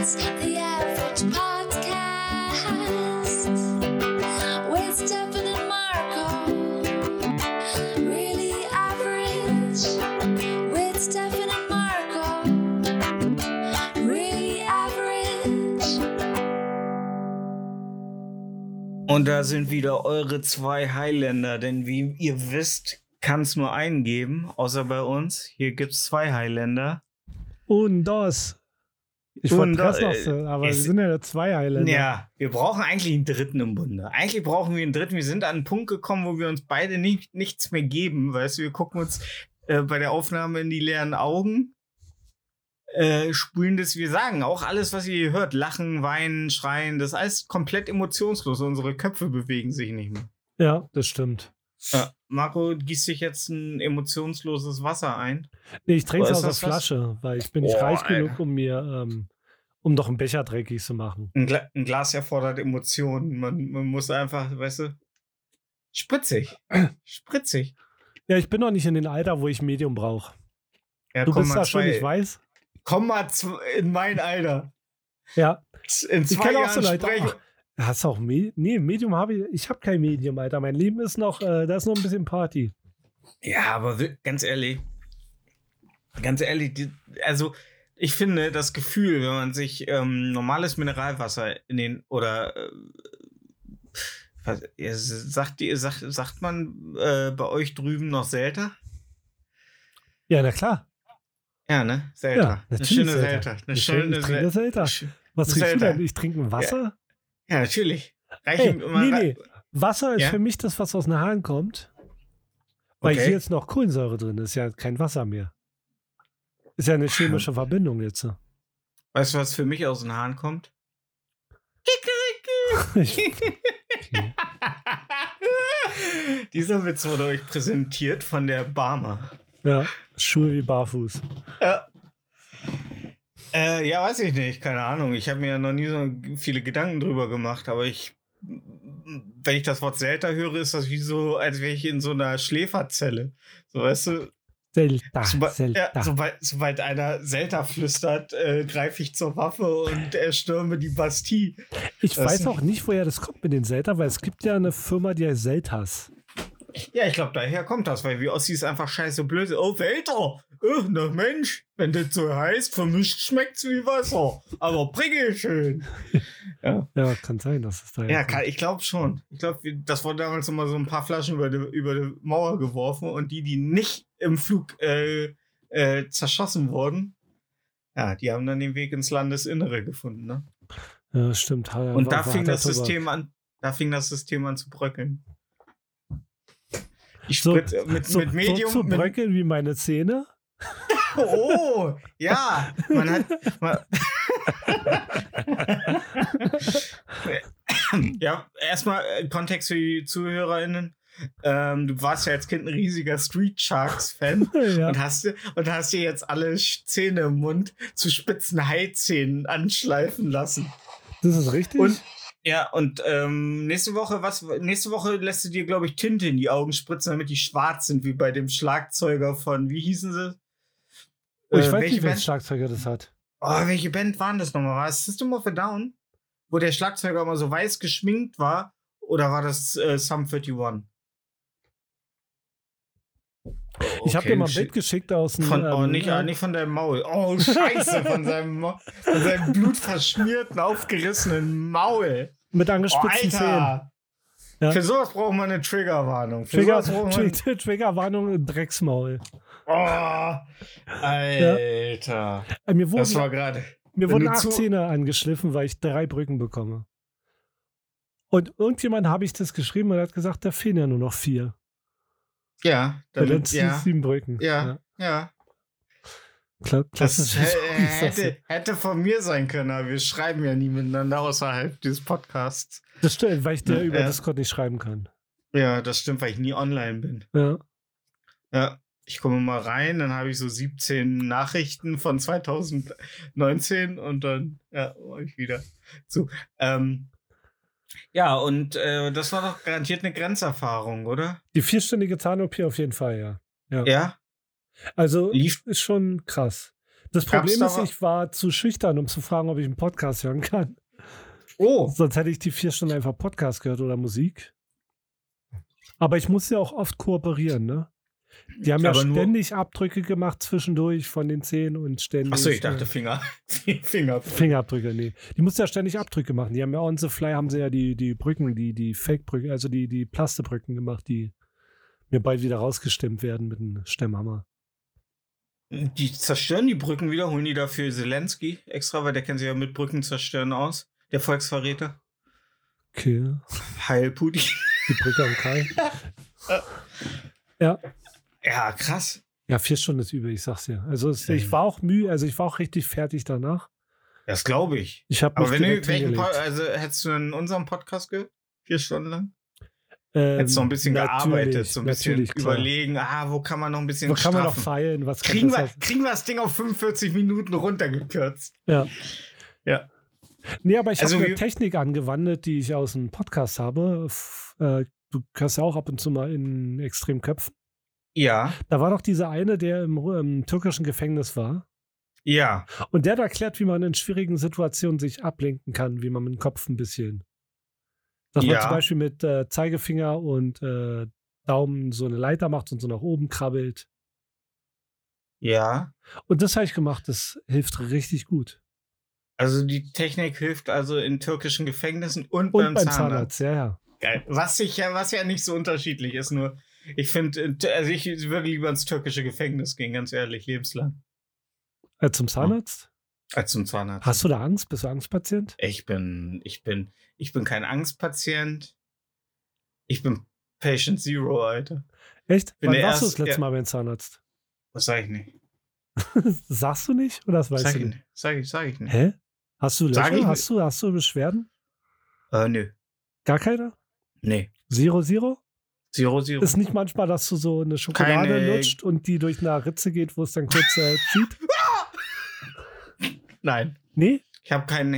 It's the Average Podcast with Stefan and Marco. Really average with Stefan and Marco. Really average. Und da sind wieder eure zwei Highlander, denn wie ihr wisst, kann es nur einen geben, außer bei uns. Hier gibt es zwei Highlander. Und das. Ich wollte das noch so, aber es sind ja zwei Highlander. Ja, wir brauchen eigentlich einen dritten im Bunde. Eigentlich brauchen wir einen dritten. Wir sind an einen Punkt gekommen, wo wir uns beide nichts mehr geben. Weißt du, wir gucken uns bei der Aufnahme in die leeren Augen, spulen das, wir sagen auch alles, was ihr hört. Lachen, weinen, schreien, das ist alles komplett emotionslos. Unsere Köpfe bewegen sich nicht mehr. Ja, das stimmt. Ja, Marco gießt sich jetzt ein emotionsloses Wasser ein. Nee, ich trinke es Ist aus der das Flasche, weil ich bin nicht reich genug, um mir um doch einen Becher dreckig zu machen. Ein Glas erfordert Emotionen. Man muss einfach, weißt du, spritzig. Spritzig. Ja, ich bin noch nicht in dem Alter, wo ich Medium brauche. Ja, Du bist da schon, ich weiß. Komm mal in mein Alter. Ja. In Ich 2 kenne auch Jahren so Leute. sprechen. Hast du auch Medium habe ich? Ich habe kein Medium, Alter. Mein Leben ist noch, da ist noch ein bisschen Party. Ja, aber ganz ehrlich, also ich finde das Gefühl, wenn man sich normales Mineralwasser in den sagt man bei euch drüben noch Selter? Ja, na klar. Ja, ne? Selter. Ja, eine schöne Selter. Ich trinke Selter. Was trinkst du denn? Ich trinke Wasser? Ja, natürlich. Nee. Wasser ist für mich das, was aus den Haaren kommt. Weil hier jetzt noch Kohlensäure drin ist. Ja kein Wasser mehr. Ist ja eine chemische Verbindung jetzt. Weißt du, was für mich aus den Haaren kommt? Dieser Witz wurde euch präsentiert von der Barmer. Ja, Schuhe wie barfuß. Ja. Ja, weiß ich nicht, keine Ahnung. Ich habe mir ja noch nie so viele Gedanken drüber gemacht, aber wenn ich das Wort Selter höre, ist das wie so, als wäre ich in so einer Schläferzelle. So, weißt du? Selter. Sobald einer Selter flüstert, greife ich zur Waffe und erstürme die Bastille. Ich weiß auch nicht, woher das kommt mit den Selter, weil es gibt ja eine Firma, die heißt Selters. Ja, ich glaube, daher kommt das, weil wie Ossis ist einfach scheiße blöd. Oh, Selter! Na Mensch, wenn das so heißt, vermischt schmeckt's wie Wasser. Aber bringe schön. Ja, kann sein, dass es da ich glaube schon. Ich glaube, das wurde damals immer so ein paar Flaschen über die Mauer geworfen und die nicht im Flug zerschossen wurden, ja, die haben dann den Weg ins Landesinnere gefunden, ne? Ja, stimmt. Und da fing das System an zu bröckeln. Ich spritze mit Medium. So bröckeln wie meine Zähne? Oh, ja. Ja, erstmal Kontext für die ZuhörerInnen. Du warst ja als Kind ein riesiger Street Sharks-Fan und hast dir jetzt alle Zähne im Mund zu spitzen Haizähnen anschleifen lassen. Das ist richtig? Und nächste Woche lässt du dir, glaube ich, Tinte in die Augen spritzen, damit die schwarz sind, wie bei dem Schlagzeuger von, wie hießen sie? Ich weiß nicht, welcher Schlagzeuger das hat. Oh, welche Band waren das nochmal? War es System of a Down? Wo der Schlagzeuger immer so weiß geschminkt war? Oder war das Sum 41? Ich habe dir mal ein Bild geschickt aus dem... nicht von deinem Maul. Oh, scheiße, von seinem blutverschmierten, aufgerissenen Maul. Mit angespitzten Zähnen. Ja. Für sowas braucht man eine Triggerwarnung. Triggerwarnung, Drecksmaul. Oh, Alter. Ja. Mir wurden 8 Zähne Zähne angeschliffen, weil ich 3 Brücken bekomme. Und irgendjemand habe ich das geschrieben und hat gesagt, da fehlen ja nur noch 4. Ja, dann 7 Brücken. Ja. Das hätte von mir sein können, aber wir schreiben ja nie miteinander außerhalb dieses Podcasts. Das stimmt, weil ich dir über Discord nicht schreiben kann. Ja, das stimmt, weil ich nie online bin. Ja. Ich komme mal rein, dann habe ich so 17 Nachrichten von 2019 und dann mache ich wieder zu. Ja, und das war doch garantiert eine Grenzerfahrung, oder? Die 4-stündige Zahn-OP auf jeden Fall, ja. Ja? Also ist schon krass. Das Problem ist, ich war zu schüchtern, um zu fragen, ob ich einen Podcast hören kann. Oh. Sonst hätte ich die 4 Stunden einfach Podcast gehört oder Musik. Aber ich muss ja auch oft kooperieren, ne? Die haben ja ständig Abdrücke gemacht zwischendurch von den Zähnen und ständig. Achso, ich dachte Fingerabdrücke, nee. Die mussten ja ständig Abdrücke machen. Die haben ja on the fly, haben sie ja die Brücken, die Fake-Brücken, also die Plastebrücken gemacht, die mir bald wieder rausgestemmt werden mit einem Stemmhammer. Die zerstören die Brücken wieder, holen die dafür Zelensky extra, weil der kennt sich ja mit Brücken zerstören aus. Der Volksverräter. Okay. Heil Putin. Die Brücke am Kai. Ja. Ja, krass. Ja, 4 Stunden ist übel, ich sag's dir. Also ich war auch ich war auch richtig fertig danach. Das glaube ich. Aber wenn du hättest du in unserem Podcast gehört? 4 Stunden lang? Hättest du noch ein bisschen gearbeitet, so ein bisschen überlegen, wo kann man noch ein bisschen kann man noch feilen? Kriegen wir das Ding auf 45 Minuten runtergekürzt? Ja. Nee, aber ich habe eine Technik angewandt, die ich aus einem Podcast habe. Du hörst ja auch ab und zu mal in Extremköpfen. Ja. Da war doch dieser eine, der im türkischen Gefängnis war. Ja. Und der hat erklärt, wie man in schwierigen Situationen sich ablenken kann, wie man mit dem Kopf ein bisschen. Dass man zum Beispiel mit Zeigefinger und Daumen so eine Leiter macht und so nach oben krabbelt. Ja. Und das habe ich gemacht, das hilft richtig gut. Also die Technik hilft also in türkischen Gefängnissen und beim Zahnarzt. Ja. Geil. Was ja nicht so unterschiedlich ist, nur ich finde, also ich würde lieber ins türkische Gefängnis gehen, ganz ehrlich, lebenslang. Als zum Zahnarzt? Als zum Zahnarzt. Hast du da Angst? Bist du Angstpatient? Ich bin kein Angstpatient. Ich bin Patient Zero, Alter. Echt? Wann warst du das letzte Mal beim Zahnarzt? Das sag ich nicht. Sagst du nicht? Oder das weißt du nicht? Sag ich nicht. Hä? Hast du Löcher? Hast du Beschwerden? Nö. Gar keine? Nee. Zero? Zero. Ist nicht manchmal, dass du so eine Schokolade lutscht und die durch eine Ritze geht, wo es dann kurz zieht? Nein. Nee? Ich habe keine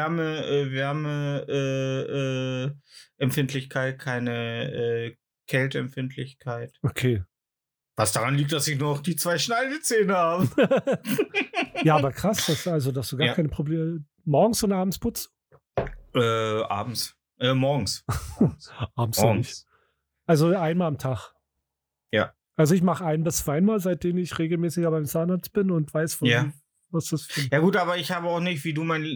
Wärmeempfindlichkeit, keine Kälteempfindlichkeit. Okay. Was daran liegt, dass ich noch die 2 Schneidezähne habe. Ja, aber krass, dass du gar keine Probleme. Morgens und abends putzt? Abends. Morgens. Abends nicht. Also einmal am Tag. Ja. Also ich mache 1 bis 2 Mal, seitdem ich regelmäßiger beim Zahnarzt bin und weiß, was das für. Ja gut, aber ich habe auch nicht, wie du mein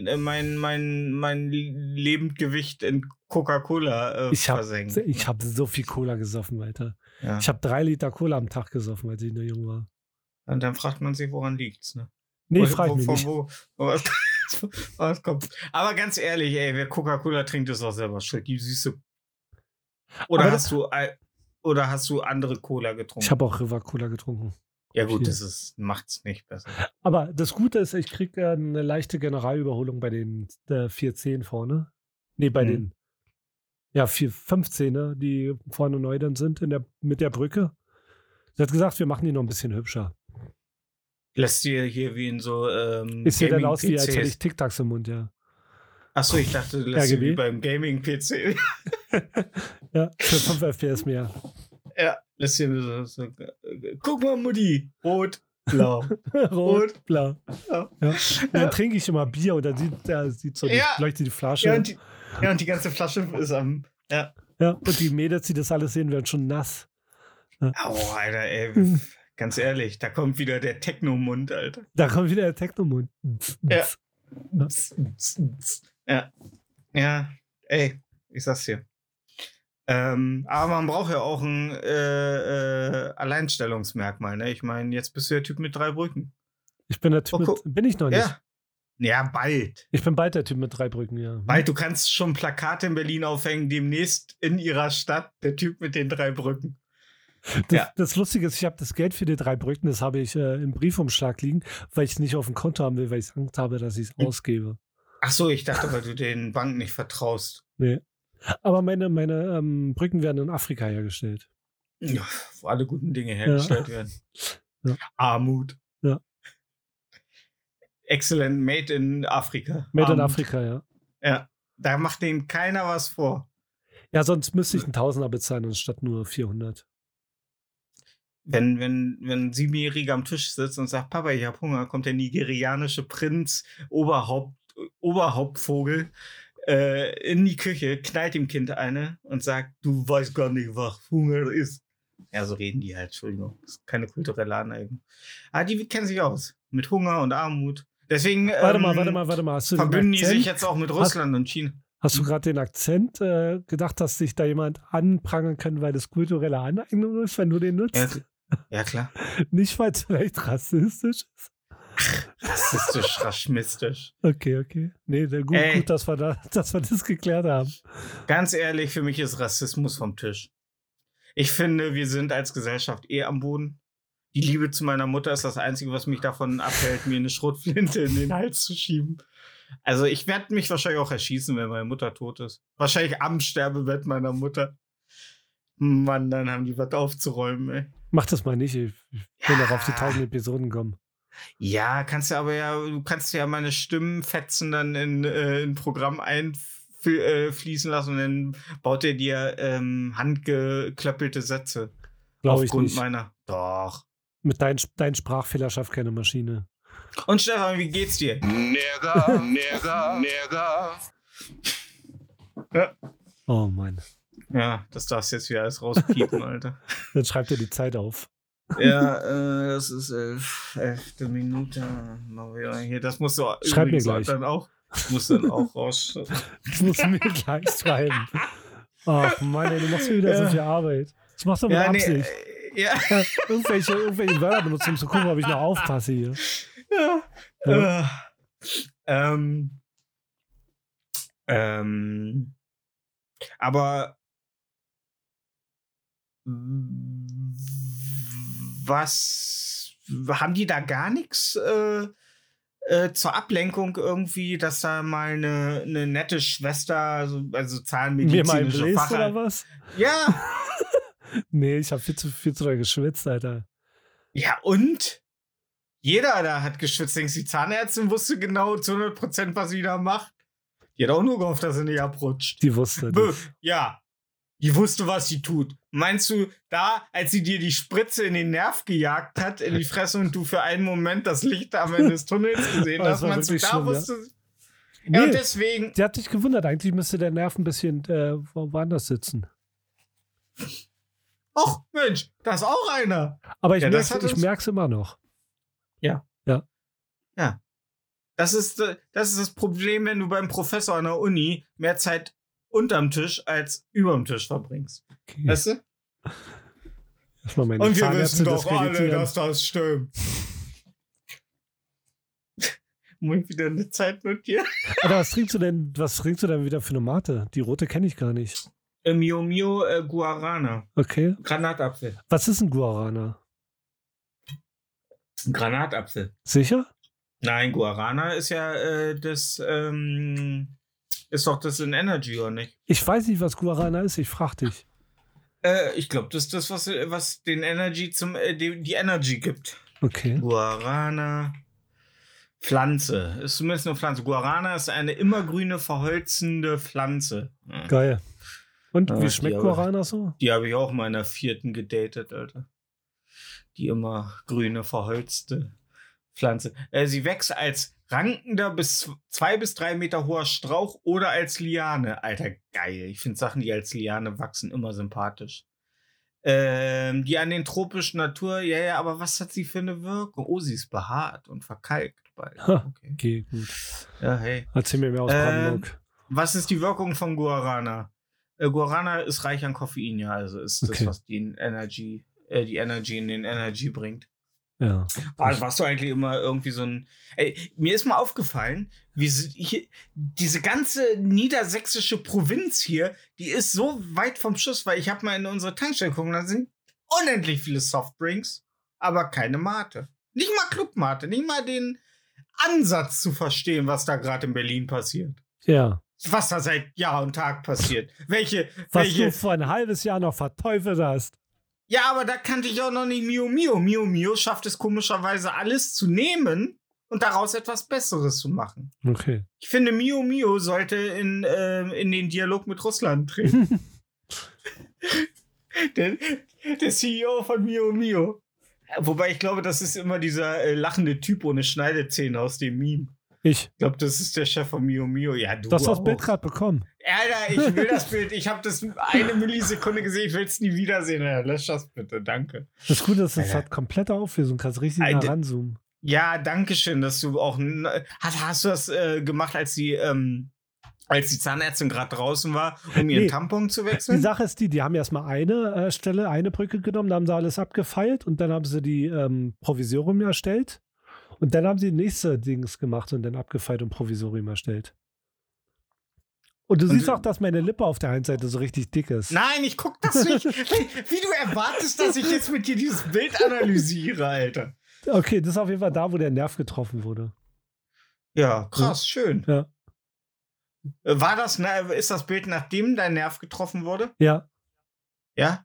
Lebendgewicht in Coca-Cola versenkt. Ich habe so viel Cola gesoffen, Alter. Ja. Ich habe 3 Liter Cola am Tag gesoffen, als ich noch jung war. Und dann fragt man sich, woran liegt's, ne? Nee, frag ich mich nicht. Was kommt? Aber ganz ehrlich, ey, wer Coca-Cola trinkt, ist auch selber schuld. Die Süße. Oder hast du andere Cola getrunken? Ich habe auch River Cola getrunken. Ja gut, macht's nicht besser. Aber das Gute ist, ich kriege eine leichte Generalüberholung bei den 4 Zähnen vorne. Nee, bei den 5 Zähne, die vorne neu dann sind mit der Brücke. Sie hat gesagt, wir machen die noch ein bisschen hübscher. Lässt dir hier wie in so ist hier dann aus, wie als hätte ich Tic-Tacs im Mund, ja. Achso, ich dachte, du lässt dir wie beim Gaming-PC. Ja, für 5 FPS mehr. Ja, lässt dir so guck mal, Mutti. Rot, blau. Rot, blau. Ja. Dann trinke ich immer Bier und dann sieht so leuchtet die Flasche. Ja, und die ganze Flasche ist am. Ja, und die Mädels, die das alles sehen, werden schon nass. Ja. Oh, Alter, ey. Ganz ehrlich, da kommt wieder der Techno-Mund, Alter. Da kommt wieder der Techno-Mund. Ja, ey, ich sag's dir. Aber man braucht ja auch ein Alleinstellungsmerkmal, ne? Ich meine, jetzt bist du der Typ mit 3 Brücken. Ich bin der Typ bin ich noch nicht. Ja, bald. Ich bin bald der Typ mit 3 Brücken, ja. Bald, du kannst schon Plakate in Berlin aufhängen, demnächst in ihrer Stadt, der Typ mit den 3 Brücken. Das Lustige ist, ich habe das Geld für die 3 Brücken, das habe ich im Briefumschlag liegen, weil ich es nicht auf dem Konto haben will, weil ich Angst habe, dass ich es ausgebe. Ach so, ich dachte, weil du den Banken nicht vertraust. Nee. Aber meine Brücken werden in Afrika hergestellt. Ja, wo alle guten Dinge hergestellt werden. Ja. Armut. Ja. Excellent, made in Afrika. Made in Afrika, ja. Ja, da macht denen keiner was vor. Ja, sonst müsste ich einen Tausender bezahlen, anstatt nur 400. Wenn ein 7-Jähriger am Tisch sitzt und sagt, Papa, ich hab Hunger, kommt der nigerianische Prinz, Oberhauptvogel, in die Küche, knallt dem Kind eine und sagt, du weißt gar nicht, was Hunger ist. Ja, so reden die halt, Entschuldigung. Das ist keine kulturelle Aneignung. Aber die kennen sich aus. Mit Hunger und Armut. Deswegen Warte mal. Hast du verbünden den die Akzent? sich jetzt auch mit Russland und China. Hast du gerade den Akzent gedacht, dass sich da jemand anprangern kann, weil das kulturelle Aneignung ist, wenn du den nutzt? Ja, klar. Nicht, weil es vielleicht rassistisch ist? Rassistisch, raschmistisch. Okay. Nee, gut, dass wir das geklärt haben. Ganz ehrlich, für mich ist Rassismus vom Tisch. Ich finde, wir sind als Gesellschaft am Boden. Die Liebe zu meiner Mutter ist das Einzige, was mich davon abhält, mir eine Schrotflinte in den Hals zu schieben. Also ich werde mich wahrscheinlich auch erschießen, wenn meine Mutter tot ist. Wahrscheinlich am Sterbebett meiner Mutter. Mann, dann haben die was aufzuräumen, ey. Mach das mal nicht, ich will noch auf die 1000 Episoden kommen. Ja, du kannst ja meine Stimmenfetzen dann in ein Programm einfließen lassen und dann baut er dir handgeklöppelte Sätze. Glaube ich aufgrund nicht. meiner. Doch. Mit dein Sprachfehler schafft keine Maschine. Und Stefan, wie geht's dir? Nigger. Ja. Oh Mann. Ja, das darfst du jetzt wieder alles rauspiepen, Alter. Dann schreibt er die Zeit auf. Ja, das ist 11. Minute. Mal wieder hier, das musst du Schreib mir übrigens gleich. Dann auch. Musst du dann auch raus. Das musst du mir gleich schreiben. Ach Mann, ey, du machst mir wieder so viel Arbeit. Das machst du mit Absicht. Ja. Irgendwelche Wörter benutzen, um zu gucken, ob ich noch aufpasse hier. Ja. Aber was haben die da gar nichts zur Ablenkung irgendwie, dass da mal eine nette Schwester, also Mir mal zahnmedizinische bläst oder was? Ja. Nee, ich habe viel zu doll geschwitzt, Alter. Ja, und? Jeder da hat geschwitzt. Denkst du, die Zahnärztin wusste genau zu 100%, was sie da macht? Die hat auch nur gehofft, dass sie nicht abrutscht. Die wusste nicht. Ja, die wusste, was sie tut. Meinst du, da, als sie dir die Spritze in den Nerv gejagt hat, in die Fresse und du für einen Moment das Licht am Ende des Tunnels gesehen hast, meinst du, da schlimm, wusste sie? Nee, Ja, und deswegen. sie hat sich gewundert. Eigentlich müsste der Nerv ein bisschen woanders sitzen. Ach, Mensch, da ist auch einer. Aber ich Ja, das hat merke uns- es immer noch. Ja. Das ist das Problem, wenn du beim Professor an der Uni mehr Zeit unterm Tisch als überm Tisch verbringst. Okay. Weißt du? Erstmal meine Und wir Zahnärztin wissen doch alle, diskreditieren. dass das stimmt. Muss ich wieder eine Zeit notieren? Alter, was trinkst du denn wieder für eine Mate? Die rote kenne ich gar nicht. Mio Mio Guarana. Okay. Granatapfel. Was ist ein Guarana? Granatapfel. Sicher? Nein, Guarana ist ja ist doch das in Energy, oder nicht? Ich weiß nicht, was Guarana ist. Ich frag dich. Ich glaube, das ist das, was den Energy die Energy gibt. Okay. Guarana. Pflanze. Ist zumindest eine Pflanze. Guarana ist eine immergrüne, verholzende Pflanze. Ja. Geil. Und Ja, wie die schmeckt aber- Guarana so? Die habe ich auch in meiner 4. gedatet, Alter. Die immergrüne, verholzte Pflanze. Sie wächst als rankender bis 2 bis 3 Meter hoher Strauch oder als Liane. Alter, geil. Ich finde Sachen, die als Liane wachsen, immer sympathisch. Die an den tropischen Natur, ja, aber was hat sie für eine Wirkung? Oh, sie ist behaart und verkalkt bald. Ha. Okay. Okay, gut. Ja, hey. Erzähl mir mehr aus Brandenburg. Was ist die Wirkung von Guarana? Guarana ist reich an Koffein, ja, also ist das, Okay. was die Energy in den Energy bringt. Ja. Warst du eigentlich immer irgendwie so ein. Ey, mir ist mal aufgefallen, diese ganze niedersächsische Provinz hier, die ist so weit vom Schuss, weil ich habe mal in unsere Tankstelle geguckt, da sind unendlich viele Softdrinks, aber keine Mate. Nicht mal Clubmate, nicht mal den Ansatz zu verstehen, was da gerade in Berlin passiert. Ja. Was da seit Jahr und Tag passiert. Was du vor ein halbes Jahr noch verteufelt hast. Ja, aber da kannte ich auch noch nicht Mio Mio. Mio Mio schafft es komischerweise alles zu nehmen und daraus etwas Besseres zu machen. Okay. Ich finde, Mio Mio sollte in den Dialog mit Russland treten. Der CEO von Mio Mio. Wobei ich glaube, das ist immer dieser lachende Typ ohne Schneidezähne aus dem Meme. Ich glaube, das ist der Chef von Mio Mio. Ja, du hast das Bild gerade bekommen. Alter, ich will das Bild. Ich habe das eine Millisekunde gesehen. Ich will es nie wiedersehen. Ja, lösch das bitte. Danke. Das Gute ist, es hat komplette Auflösung. Du kannst richtig nah ranzoomen. Ja, danke schön, dass du auch... Hast du das gemacht, als die Zahnärztin gerade draußen war, um ihren Tampon zu wechseln? Die Sache ist die haben erstmal eine Stelle, eine Brücke genommen, da haben sie alles abgefeilt und dann haben sie die Provisorium erstellt. Und dann haben sie nächste Dings gemacht und dann abgefeilt und Provisorium erstellt. Und du siehst auch, dass meine Lippe auf der einen Seite so richtig dick ist. Nein, ich guck das nicht. Wie du erwartest, dass ich jetzt mit dir dieses Bild analysiere, Alter. Okay, das ist auf jeden Fall da, wo der Nerv getroffen wurde. Ja, krass, schön. Ja. Ist das Bild, nachdem dein Nerv getroffen wurde? Ja. Ja?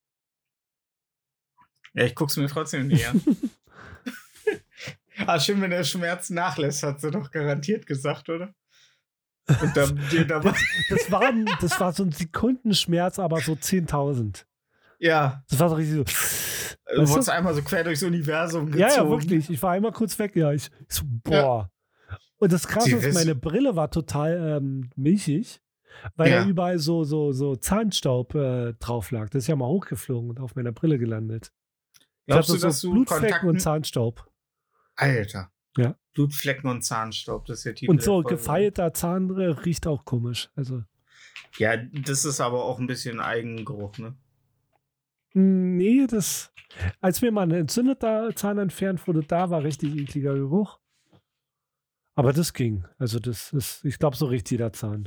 Ja, ich guck's mir trotzdem nicht an. Schön, wenn der Schmerz nachlässt, hat sie doch garantiert gesagt, oder? Und dann dir dabei. Das war so ein Sekundenschmerz, aber so 10.000. Ja. Das war so richtig so. Du wurdest einmal so quer durchs Universum gezogen. Ja, wirklich. Ich war einmal kurz weg. Ja, ich so, boah. Ja. Und das Krasse ist, meine Brille war total milchig, weil da überall so Zahnstaub drauf lag. Das ist ja mal hochgeflogen und auf meiner Brille gelandet. Glaubst du, dass du Blutflecken und Zahnstaub. Alter. Ja. Blutflecken und Zahnstaub, das ist der Titel. Und so gefeilter Zahn riecht auch komisch. Also. Ja, das ist aber auch ein bisschen Eigengeruch, ne? Nee, als mir mal ein entzündeter Zahn entfernt wurde, da war richtig ekliger Geruch. Aber das ging. Also das ist, ich glaube, so riecht jeder Zahn.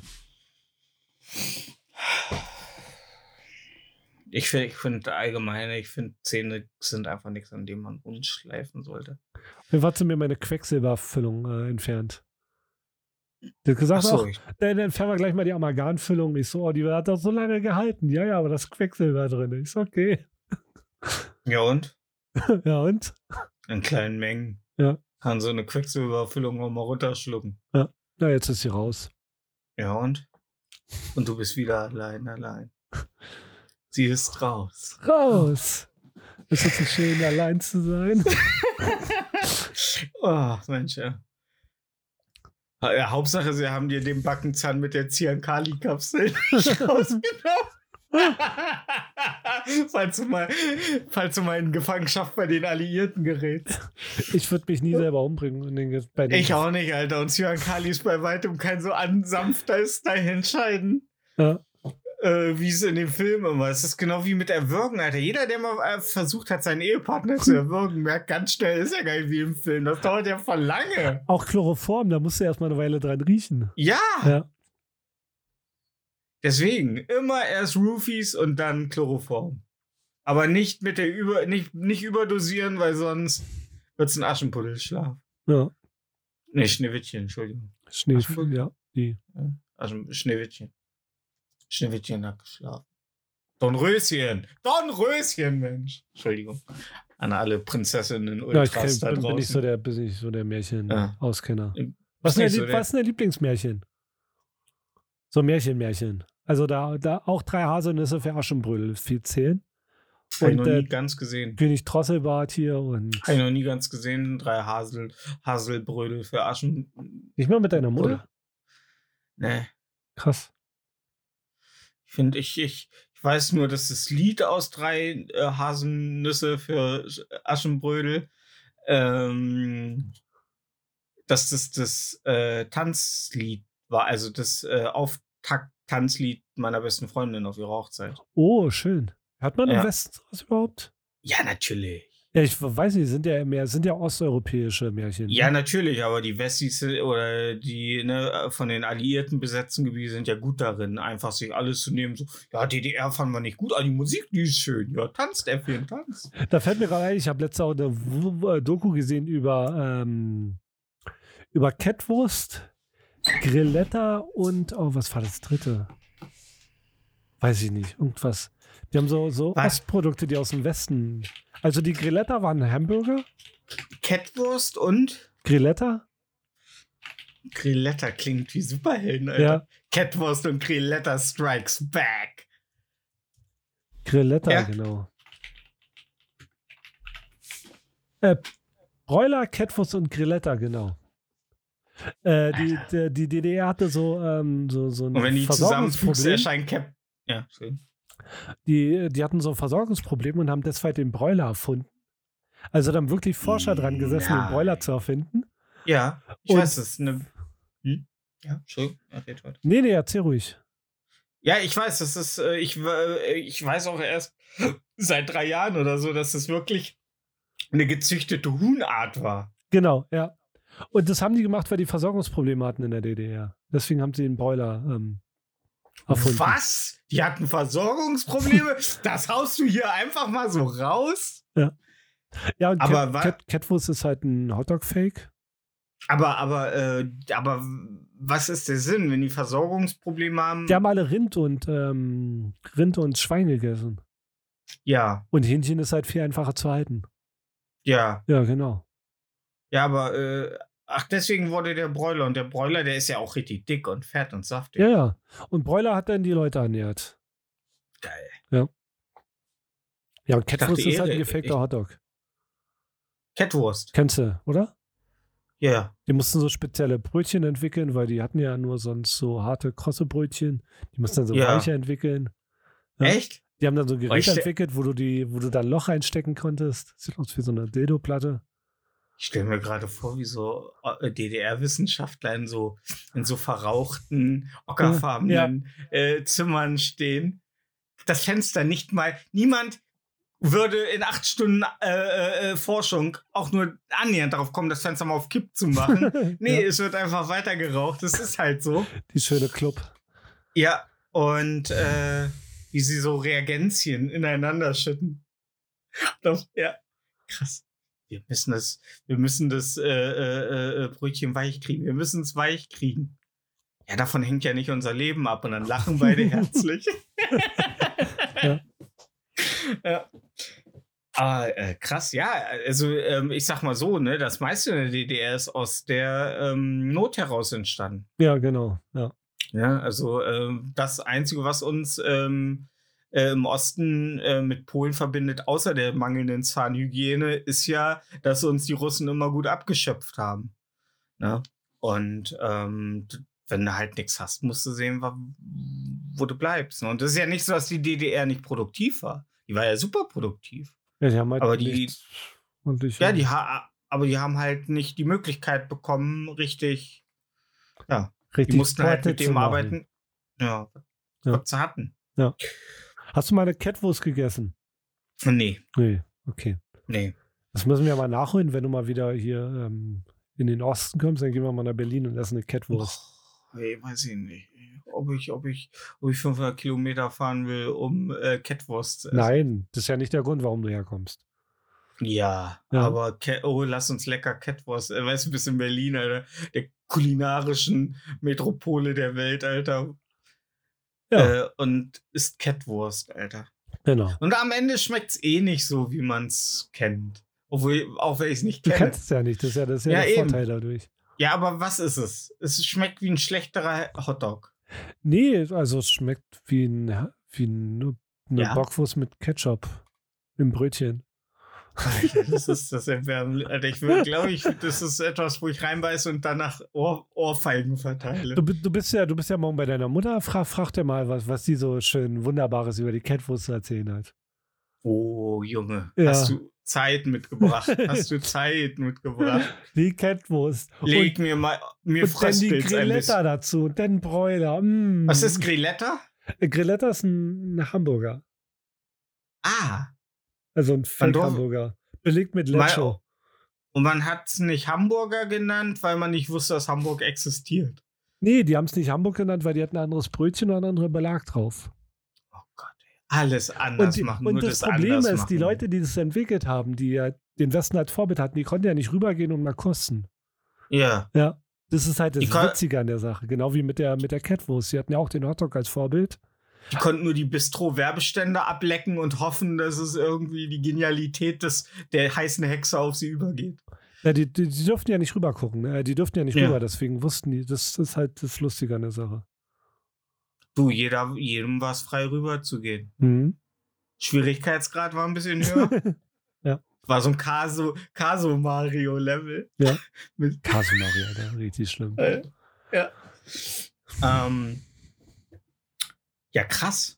Ich finde allgemein, Zähne sind einfach nichts, an dem man unschleifen sollte. Dann hat sie mir meine Quecksilberfüllung entfernt. Der hat gesagt, dann entfernen wir gleich mal die Amalgamfüllung. Ich so, die hat doch so lange gehalten. Ja, aber das Quecksilber drin. Ich so, okay. Ja und? Ja und? In kleinen Mengen. Ja. Kann so eine Quecksilberfüllung auch mal runterschlucken. Ja. Na, jetzt ist sie raus. Ja und? Und du bist wieder allein. Sie ist raus. Raus! Ist es so schön, allein zu sein? Oh, Mensch, ja. Hauptsache, sie haben dir den Backenzahn mit der Cyankali-Kapsel rausgenommen. falls du mal in Gefangenschaft bei den Alliierten gerätst. Ich würde mich nie selber umbringen. Ich auch nicht, Alter. Und Cyankali ist bei weitem kein so sanfter Dahinscheiden. Ja. Wie es in dem Film immer. Es ist genau wie mit Erwürgen, Alter. Jeder, der mal versucht hat, seinen Ehepartner zu erwürgen, merkt ganz schnell, ist ja gar nicht wie im Film. Das dauert ja voll lange. Auch Chloroform, da musst du erstmal eine Weile dran riechen. Ja. Deswegen, immer erst Roofies und dann Chloroform. Aber nicht mit der nicht überdosieren, weil sonst wird es ein Aschenputtelschlaf. Ja. Nee, Schneewittchen, Entschuldigung. Schneewittchen, ja. Schneewittchen. Schneewittchen hat geschlafen. Dornröschen, Mensch. Entschuldigung. An alle Prinzessinnen Ultras da draußen. Bin ich so der Märchen-Auskenner. Was ist denn der Lieblingsmärchen? So Märchen. Also da auch 3 Haselnüsse für Aschenbrödel viel zählen. Habe ich noch nie ganz gesehen. König Drosselbart hier und... Habe ich noch nie ganz gesehen. 3 Haselbrödel für Aschen... Nicht mal mit deiner Mutter? Nee. Krass. Ich weiß nur, dass das Lied aus 3 Haselnüsse für Aschenbrödel, dass das Tanzlied war, also das Auftakt-Tanzlied meiner besten Freundin auf ihrer Hochzeit. Oh, schön. Hat man im Westen sowas überhaupt? Ja, natürlich. Ja, ich weiß nicht, sind ja osteuropäische Märchen. Ja, natürlich, aber die Wessis oder die von den Alliierten besetzten Gebiete sind ja gut darin, einfach sich alles zu nehmen. So, ja, DDR fanden wir nicht gut, aber die Musik, die ist schön. Ja, tanzt, Äffchen, tanzt. Da fällt mir gerade ein, ich habe letztens auch eine Doku gesehen über Kettwurst, Grilletta und, was war das dritte? Weiß ich nicht, irgendwas. Die haben so Ostprodukte, die aus dem Westen. Also die Grilletta waren Hamburger. Kettwurst und? Grilletta? Grilletta klingt wie Superhelden, Alter. Ja. Kettwurst und Grilletta Strikes Back. Grilletta, genau. Broiler, Catwurst und Grilletta, genau. Die DDR hatte so ein Und wenn die zusammenfügst, Versorgungsproblem. erscheint Cap. Ja, schön. Die hatten so ein Versorgungsproblem und haben deshalb den Broiler erfunden. Also dann wirklich Forscher dran gesessen, den Broiler zu erfinden. Ja, ich Und- weiß, das ist eine. Ja, Entschuldigung. Ja, red weiter. Nee, erzähl ruhig. Ja, ich weiß, das ist, ich weiß auch erst seit 3 Jahren oder so, dass es wirklich eine gezüchtete Huhnart war. Genau, ja. Und das haben die gemacht, weil die Versorgungsprobleme hatten in der DDR. Deswegen haben sie den Broiler erfunden. Was? Die hatten Versorgungsprobleme? Das haust du hier einfach mal so raus? Ja, und Aber Catwurst ist halt ein Hotdog-Fake. Aber was ist der Sinn, wenn die Versorgungsprobleme haben? Die haben alle Rind und Schwein gegessen. Ja, Und Hähnchen ist halt viel einfacher zu halten. ja. Ja, genau. Ja, aber deswegen wurde der Broiler. Und der Broiler, der ist ja auch richtig dick und fett und saftig. Ja, ja. Und Broiler hat dann die Leute ernährt. Geil. Ja. Ja, und dachte Catwurst ist halt ein eh, gefakter Hotdog. Catwurst. Kennst du, oder? Ja. Die mussten so spezielle Brötchen entwickeln, weil die hatten ja nur sonst so harte, krosse Brötchen. Die mussten dann so Ja. weiche entwickeln. Ja. Echt? Die haben dann so ein Gerät ich stell- entwickelt, wo du da ein Loch reinstecken konntest. Sieht aus wie so eine Dildo-Platte. Ich stelle mir gerade vor, wie so DDR-Wissenschaftler in so verrauchten, ockerfarbenen Zimmern stehen. Das Fenster nicht mal. Niemand würde in 8 Stunden Forschung auch nur annähernd darauf kommen, das Fenster mal auf Kipp zu machen. Nee, Ja, es wird einfach weiter geraucht. Das ist halt so. die schöne Club. Ja, und wie sie so Reagenzien ineinander schütten. Ja, krass. Wir müssen das Brötchen weich kriegen. Wir müssen es weich kriegen. Ja, davon hängt ja nicht unser Leben ab. Und dann lachen beide herzlich. Ja. Ja. Aber krass, ja. Also ich sag mal so, ne, das meiste in der DDR ist aus der Not heraus entstanden. Ja, genau. Ja. Ja, also das Einzige, was uns im Osten mit Polen verbindet, außer der mangelnden Zahnhygiene, ist ja, dass uns die Russen immer gut abgeschöpft haben. Ne? Und wenn du halt nichts hast, musst du sehen, wo du bleibst. Ne? Und das ist ja nicht so, dass die DDR nicht produktiv war. Die war ja super produktiv. Ja, die haben halt Aber nichts ordentlich- Ja, aber die haben halt nicht die Möglichkeit bekommen, richtig, ja, richtig die mussten halt Porte mit zu dem machen. arbeiten, ja, Ja. was sie hatten. Hast du mal eine Catwurst gegessen? Nee, Nee, okay. nee. Das müssen wir mal nachholen, wenn du mal wieder hier in den Osten kommst, dann gehen wir mal nach Berlin und essen eine Catwurst. Hey, weiß ich nicht. Ob ich 500 Kilometer fahren will, um Catwurst zu essen. Nein, das ist ja nicht der Grund, warum du herkommst. Ja, Ja. aber lass uns lecker Catwurst. Weißt du, bist in Berlin, Alter. Der kulinarischen Metropole der Welt, Alter. Ja. Und isst Catwurst, Alter. Genau. Und am Ende schmeckt es eh nicht so, wie man es kennt. Obwohl, auch wenn ich es nicht Du kenne. kennst es ja nicht, das ist ja Ja, der eben. Vorteil dadurch. Ja, aber was ist es? Es schmeckt wie ein schlechterer Hotdog. Nee, also es schmeckt wie eine Ja. Bockwurst mit Ketchup im Brötchen. Alter, das ist das Entfernen. Alter, glaube ich, das ist etwas, wo ich reinbeiße und danach Ohrfeigen verteile. Du bist ja morgen bei deiner Mutter, frag dir mal, was die so schön Wunderbares über die Catwurst zu erzählen hat. Oh, Junge, Ja. hast du Zeit mitgebracht? Die Catwurst. Leg mir und dann die Fröstpilz ein Grilletta bisschen. dazu und dann Broiler. Mm. Was ist Grilletta? Grilletta ist ein Hamburger. Ah, Also ein Man darf- Fake-Hamburger. Belegt mit Mal- Lecho. und man hat es nicht Hamburger genannt, weil man nicht wusste, dass Hamburg existiert. Nee, die haben es nicht Hamburg genannt, weil die hatten ein anderes Brötchen und einen anderen Belag drauf. Oh Gott, ey. Alles anders machen, und nur das das Problem anders ist, machen. die Leute, die das entwickelt haben, die ja den Westen als Vorbild hatten, die konnten ja nicht rübergehen und mal kosten. Ja, Ja, das ist halt das Die kon- Witzige an der Sache. Genau wie mit der Catwurst. Sie hatten ja auch den Hotdog als Vorbild. die konnten nur die Bistro-Werbestände ablecken und hoffen, dass es irgendwie die Genialität der heißen Hexe auf sie übergeht. Ja, die durften ja nicht rüber gucken. Ne? Die durften ja nicht Ja. rüber, deswegen wussten die, das ist halt das Lustige an der Sache. Du, jedem war es frei rüber zu gehen. Mhm. Schwierigkeitsgrad war ein bisschen höher. Ja. War so ein Caso-Mario-Level. Ja. Mit, Kasumaria, Alter, richtig schlimm. ja. Ja, krass.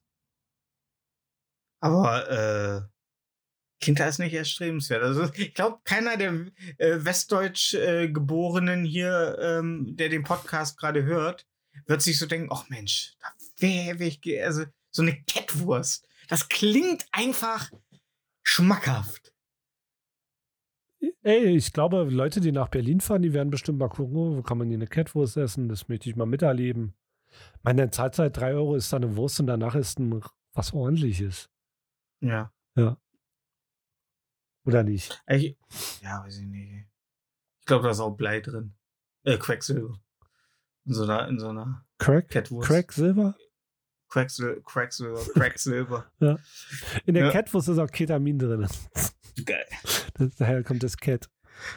Aber Kindheit ist nicht erstrebenswert. Also ich glaube, keiner der westdeutsch Geborenen hier, der den Podcast gerade hört, wird sich so denken, ach Mensch, da wäre ich, also so eine Kettwurst. Das klingt einfach schmackhaft. Ey, ich glaube, Leute, die nach Berlin fahren, die werden bestimmt mal gucken, wo kann man hier eine Kettwurst essen? Das möchte ich mal miterleben. Meine Zahlzeit 3 Euro ist da eine Wurst und danach ist was Ordentliches. Ja. Ja. Oder nicht? Ja, weiß ich nicht. Ich glaube, da ist auch Blei drin. Quecksilber. In so einer Kettwurst. Cracksilber? Quecksilber. Ja. In der Ja. Kettwurst ist auch Ketamin drin. Geil. Daher kommt das Cat.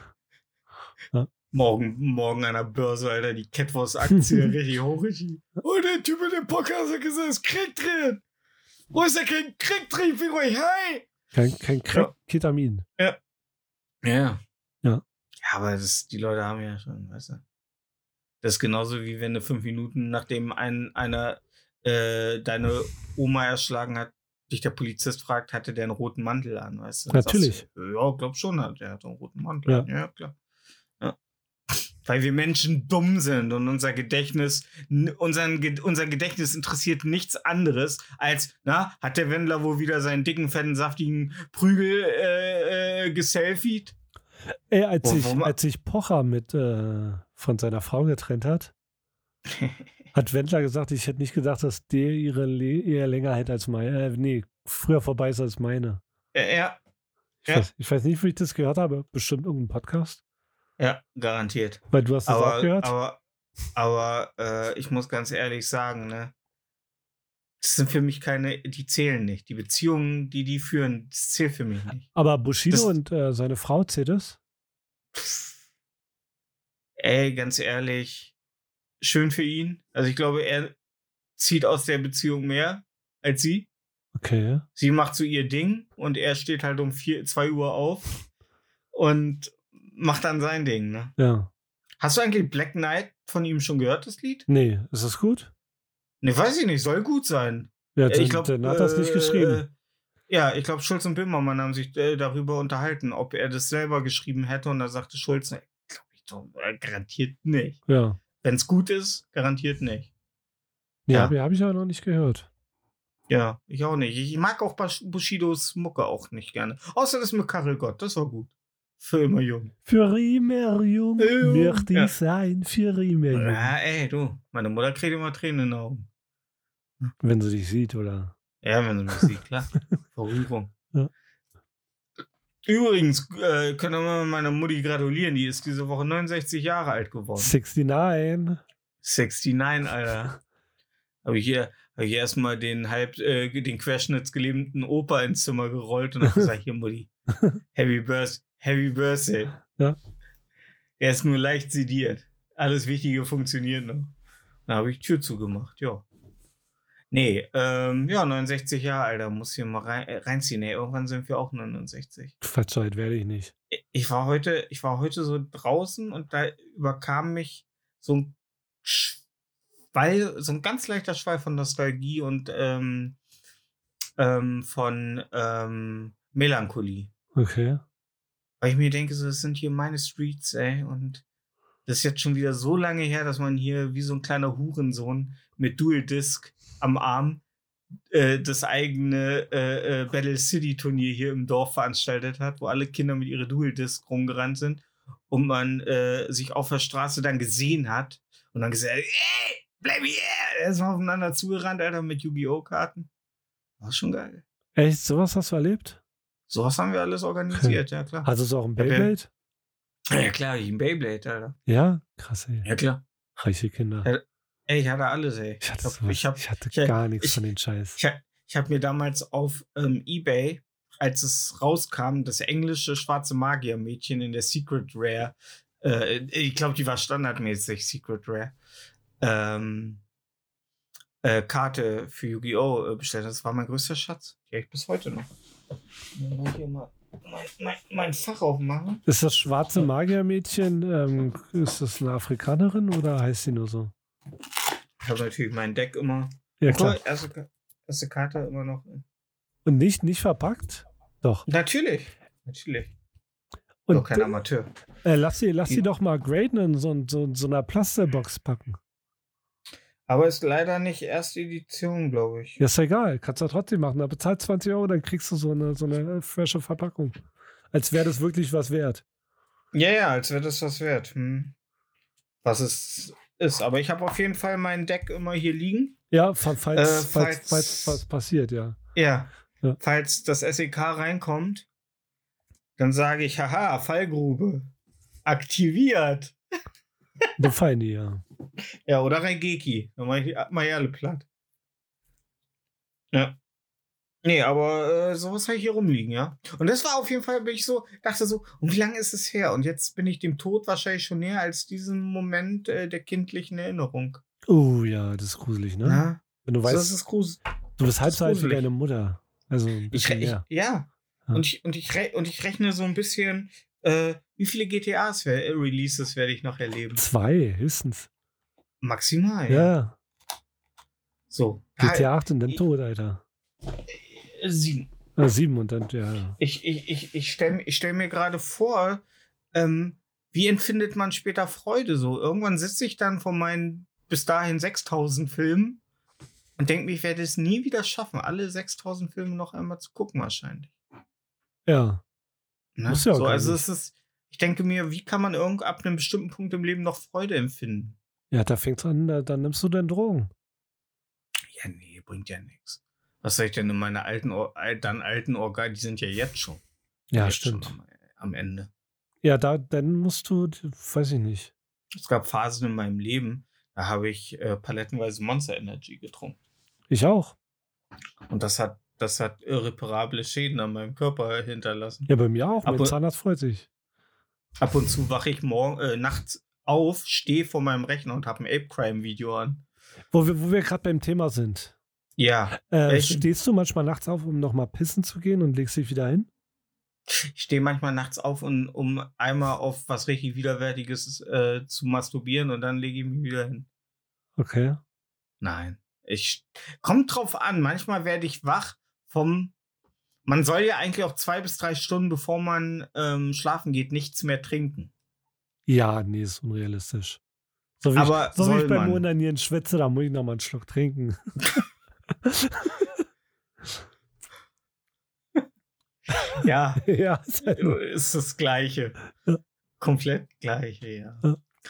Morgen an der Börse, Alter, die Kettwurst-Aktie richtig hoch. Oh, der Typ in dem Podcast hat gesagt, es ist Krieg drin. Wo ist der kein Krieg drin? Ich bin ruhig, hi. Kein Crack, Ketamin. Ja. Ja. Ja, aber die Leute haben ja schon, weißt du. Das ist genauso wie wenn du 5 Minuten, nachdem einer deine Oma erschlagen hat, dich der Polizist fragt, hatte der einen roten Mantel an, weißt du? Natürlich. Sagst du, ja, glaub schon, der hat einen roten Mantel Ja. an. Ja, klar. Ja. Weil wir Menschen dumm sind und unser Gedächtnis interessiert nichts anderes als, hat der Wendler wohl wieder seinen dicken, fetten, saftigen Prügel geselfied? Ey, als sich Pocher von seiner Frau getrennt hat, hat Wendler gesagt, ich hätte nicht gedacht, dass der ihre Ehe länger hält als meine. Früher vorbei ist als meine. Ja. Ich weiß nicht, wie ich das gehört habe. Bestimmt irgendein Podcast. Ja, garantiert. Weil du hast das auch gehört? Aber ich muss ganz ehrlich sagen, ne, das sind für mich die zählen nicht. Die Beziehungen, die führen, das zählt für mich nicht. Aber Bushido und seine Frau, zählt es? Ey, ganz ehrlich, schön für ihn. Also ich glaube, er zieht aus der Beziehung mehr als sie. Okay. Sie macht so ihr Ding und er steht halt um 2 Uhr auf und macht dann sein Ding, ne? Ja. Hast du eigentlich Black Knight von ihm schon gehört, das Lied? Nee, ist das gut? Ne, weiß ich nicht, soll gut sein. Ja, Ich glaube, dann hat das nicht geschrieben. Ja, ich glaube, Schulz und Böhmermann haben sich darüber unterhalten, ob er das selber geschrieben hätte. Und da sagte Schulz, glaube ich doch, garantiert nicht. Ja. Wenn es gut ist, garantiert nicht. Ja, hab ich auch noch nicht gehört. Ja, ich auch nicht. Ich mag auch Bushidos Mucke auch nicht gerne. Außer das mit Karel Gott, das war gut. Für immer jung. Für immer jung möchte ich sein, für immer jung. Ja, ey, du, meine Mutter kriegt immer Tränen in den Augen. Wenn sie dich sieht, oder? Ja, wenn sie mich sieht, klar. Verrührung. Ja. Übrigens, können wir mal meiner Mutti gratulieren. Die ist diese Woche 69 Jahre alt geworden. 69. 69, Alter. Habe ich hier erstmal den querschnittsgelähmten Opa ins Zimmer gerollt und habe gesagt, hier Mutti, Happy Birthday. Ja. Er ist nur leicht sediert. Alles Wichtige funktioniert noch. Dann habe ich Tür zugemacht, ja. Nee, 69 Jahre, Alter, muss hier mal reinziehen. Nee, irgendwann sind wir auch 69. Quatsch, so alt werde ich nicht. Ich war heute so draußen und da überkam mich so ein so ein ganz leichter Schwall von Nostalgie und von Melancholie. Okay. Weil ich mir denke, so, das sind hier meine Streets, ey, und das ist jetzt schon wieder so lange her, dass man hier wie so ein kleiner Hurensohn mit Dual Disc am Arm das eigene Battle City Turnier hier im Dorf veranstaltet hat, wo alle Kinder mit ihrer Dual Disc rumgerannt sind und man sich auf der Straße dann gesehen hat und dann gesagt, ey, bleib hier! Erstmal aufeinander zugerannt, Alter, mit Yu-Gi-Oh! Karten. War schon geil. Echt? Sowas hast du erlebt? Sowas haben wir alles organisiert, ja klar. Hast du es auch im Beyblade? Ja klar, ich ein Beyblade, Alter. Ja? Krass, ey. Ja klar. Reiche Kinder. Ja, ey, ich hatte alles, ey. Ich hatte gar nichts von den Scheiß. Ich habe mir damals auf eBay, als es rauskam, das englische schwarze Magier-Mädchen in der Secret Rare, ich glaube, die war standardmäßig Secret Rare, Karte für Yu-Gi-Oh! Bestellt. Das war mein größter Schatz. Die habe ich bis heute noch. Hier mal mein Fach aufmachen. Ist das schwarze Magiermädchen, ist das eine Afrikanerin oder heißt sie nur so? Ich habe natürlich mein Deck immer. Ja, klar. Erste Karte immer noch. Und nicht verpackt? Doch. Natürlich. Und Doch kein Amateur. lass sie doch mal graden in so einer Plasterbox packen. Aber ist leider nicht erste Edition, glaube ich. Ja, ist egal. Kannst du trotzdem machen. Da bezahlst 20 €, dann kriegst du so eine frische Verpackung. Als wäre das wirklich was wert. Ja, als wäre das was wert. Was es ist. Aber ich habe auf jeden Fall mein Deck immer hier liegen. Ja, falls was passiert, ja. Ja. Ja. Falls das SEK reinkommt, dann sage ich, haha, Fallgrube. Aktiviert. Der Feinde, ja. Ja, oder Raigeki. Dann mache ich mal alle platt. Ja. Nee, aber sowas habe ich hier rumliegen, ja. Und das war auf jeden Fall, dachte so, und wie lange ist es her? Und jetzt bin ich dem Tod wahrscheinlich schon näher als diesen Moment der kindlichen Erinnerung. Oh ja, das ist gruselig, ne? Ja. Wenn du Das weißt, ist gruselig. du bist halb das ist so alt wie gruselig. deine Mutter. Also ein bisschen mehr. Ja. Ja. Und ich rechne so ein bisschen, wie viele Releases werde ich noch erleben? 2 höchstens. Maximal, Ja. So. GTA 8 und dann tot, Alter. 7. 7 und dann, ja. Ich stell mir gerade vor, wie empfindet man später Freude so? Irgendwann sitze ich dann vor meinen bis dahin 6000 Filmen und denke mir, ich werde es nie wieder schaffen, alle 6000 Filme noch einmal zu gucken wahrscheinlich. Ja. Ne? Muss ja auch So, gar also nicht. ich denke mir, wie kann man ab einem bestimmten Punkt im Leben noch Freude empfinden? Ja, da fängt's an, dann nimmst du dann Drogen. Ja, nee, bringt ja nichts. Was soll ich denn in meine alten Organe, die sind ja jetzt schon. Ja, jetzt stimmt. Schon am Ende. Ja, dann musst du, weiß ich nicht. Es gab Phasen in meinem Leben, da habe ich palettenweise Monster Energy getrunken. Ich auch. Und das hat irreparable Schäden an meinem Körper hinterlassen. Ja, bei mir auch. Mein Zahnarzt freut sich. Ab und zu wache ich nachts auf, stehe vor meinem Rechner und habe ein Ape-Crime-Video an. Wo wir gerade beim Thema sind. Ja. Stehst du manchmal nachts auf, um nochmal pissen zu gehen und legst dich wieder hin? Ich stehe manchmal nachts auf, um einmal auf was richtig Widerwärtiges zu masturbieren und dann lege ich mich wieder hin. Okay. Nein. Kommt drauf an. Manchmal werde ich wach man soll ja eigentlich auch 2 bis 3 Stunden, bevor man schlafen geht, nichts mehr trinken. Ja, nee, ist unrealistisch. So wie ich beim Onanieren schwitze, da muss ich noch mal einen Schluck trinken. Ja. Ja, ist das Gleiche. Ja. Komplett Gleiche, ja.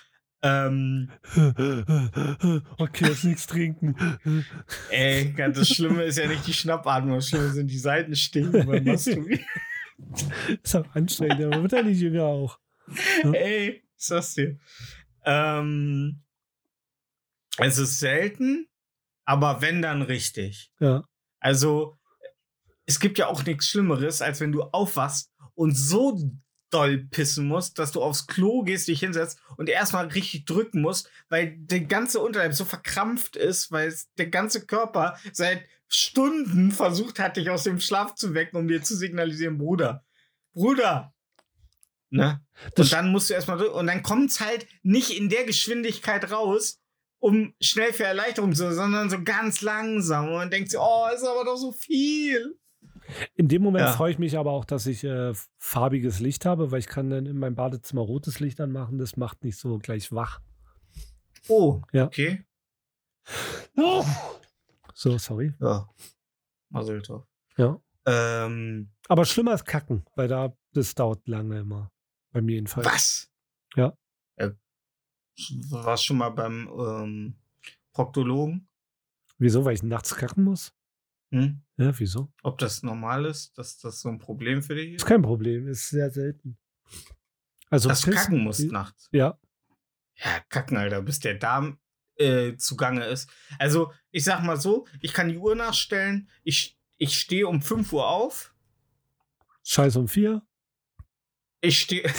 Okay, jetzt nichts trinken. Ey, das Schlimme ist ja nicht die Schnappatmung, das Schlimme sind die Seitenstimmen beim Masturbieren. Ist auch anstrengend, aber wird ja nicht jünger auch. Ja. Ey, ich sag's dir. Es ist selten, aber wenn, dann richtig. Ja. Also, es gibt ja auch nichts Schlimmeres, als wenn du aufwachst und so doll pissen musst, dass du aufs Klo gehst, dich hinsetzt und erstmal richtig drücken musst, weil der ganze Unterleib so verkrampft ist, weil der ganze Körper seit Stunden versucht hat, dich aus dem Schlaf zu wecken, um dir zu signalisieren, Bruder. Ne? Und dann musst du erstmal und dann kommt es halt nicht in der Geschwindigkeit raus, um schnell für Erleichterung zu, sondern so ganz langsam. Und man denkt sich, oh, ist aber doch so viel. In dem Moment freue ich mich aber auch, dass ich farbiges Licht habe, weil ich kann dann in meinem Badezimmer rotes Licht anmachen. Das macht nicht so gleich wach. Oh, ja. Okay. Oh. So, sorry. Ja. Mazel tov. Ja. Aber schlimmer ist Kacken, weil das dauert lange immer. Bei mir jedenfalls. Was? Ja. Warst schon mal beim Proktologen? Wieso? Weil ich nachts kacken muss? Hm? Ja, wieso? Ob das normal ist, dass das so ein Problem für dich ist? Ist kein Problem, ist sehr selten. Also dass du kacken musst nachts? Ja. Ja, kacken, Alter, bis der Darm zugange ist. Also, ich sag mal so, ich kann die Uhr nachstellen, ich stehe um 5 Uhr auf. Scheiß um 4. Ich stehe...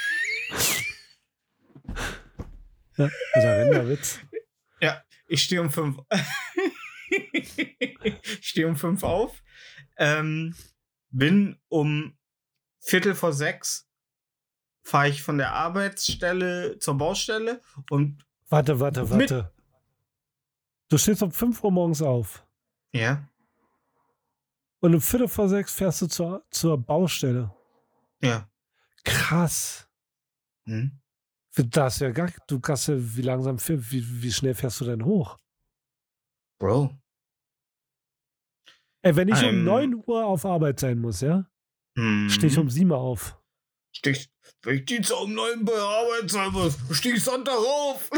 Ja, also Rinderwitz. Ja, ich stehe um 5. Ich stehe um 5 auf. Bin um 5:45 fahre ich von der Arbeitsstelle zur Baustelle und Warte. Du stehst um 5 Uhr morgens auf ja, und um 5:45 fährst du zur Baustelle. ja. Krass. Hm. Das ist ja gar, du kannst ja, wie schnell fährst du denn hoch? Bro. Ey, wenn ich um Ähm, 9 Uhr auf Arbeit sein muss, ja, stehe ich um 7 Uhr auf. Wenn ich Dienstag um 9 bei der Arbeit sein muss, stehe ich Sonntag auf.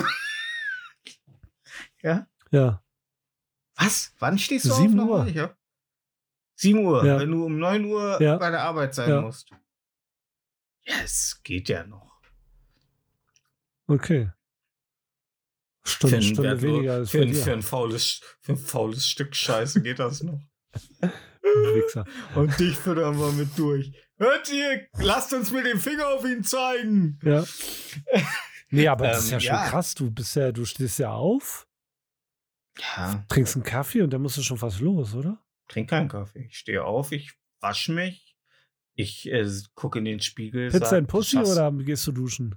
Ja? Ja. Was? Wann stehst du 7 auf? Uhr. nochmal? Ja. 7 Uhr, Ja. wenn du um 9 Uhr Ja. bei der Arbeit sein Ja. musst. Ja, es geht ja noch. Okay. Stunde weniger als bei dir. Für ein faules Stück Scheiße geht das noch. Wichser. Und dich füttern wir mit durch. Hört ihr? Lasst uns mit dem Finger auf ihn zeigen. Ja. Nee, aber das ist ja schon ja. krass. Du stehst ja auf, Ja, trinkst einen Kaffee und dann musst du schon fast los, oder? trink keinen Kaffee. Ich stehe auf, ich wasche mich, ich gucke in den Spiegel. Pizza sag, in Pussy "Schaff's." oder gehst du duschen?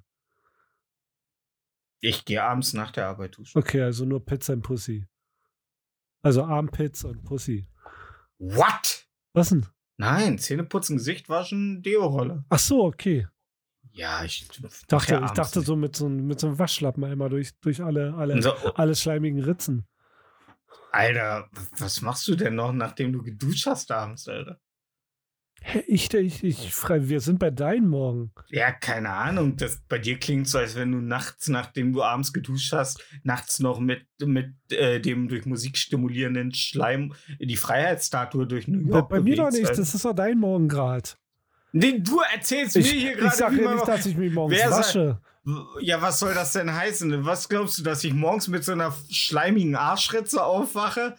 Ich gehe abends nach der Arbeit duschen. Okay, also nur Pizza in Pussy. Also Armpits und Pussy. What? Was denn? Nein, Zähne putzen, Gesicht waschen, Deo-Rolle. Ach so, okay. Ja, ich Ich dachte so mit so einem Waschlappen einmal durch alle So, schleimigen Ritzen. Alter, was machst du denn noch, nachdem du geduscht hast abends, Alter? Hä, wir sind bei deinen morgen. Ja, keine Ahnung. Bei dir klingt so, als wenn du nachts, nachdem du abends geduscht hast, nachts noch mit dem durch Musik stimulierenden Schleim die Freiheitsstatue durch New York Bei mir doch bewegst, nicht, Alter. das ist doch dein Morgen gerade. Nee, du erzählst mir hier Ich gerade, sage wie ja man nicht, dass ich mich morgens Wer wasche. Ja, was soll das denn heißen? Was glaubst du, dass ich morgens mit so einer schleimigen Arschritze aufwache,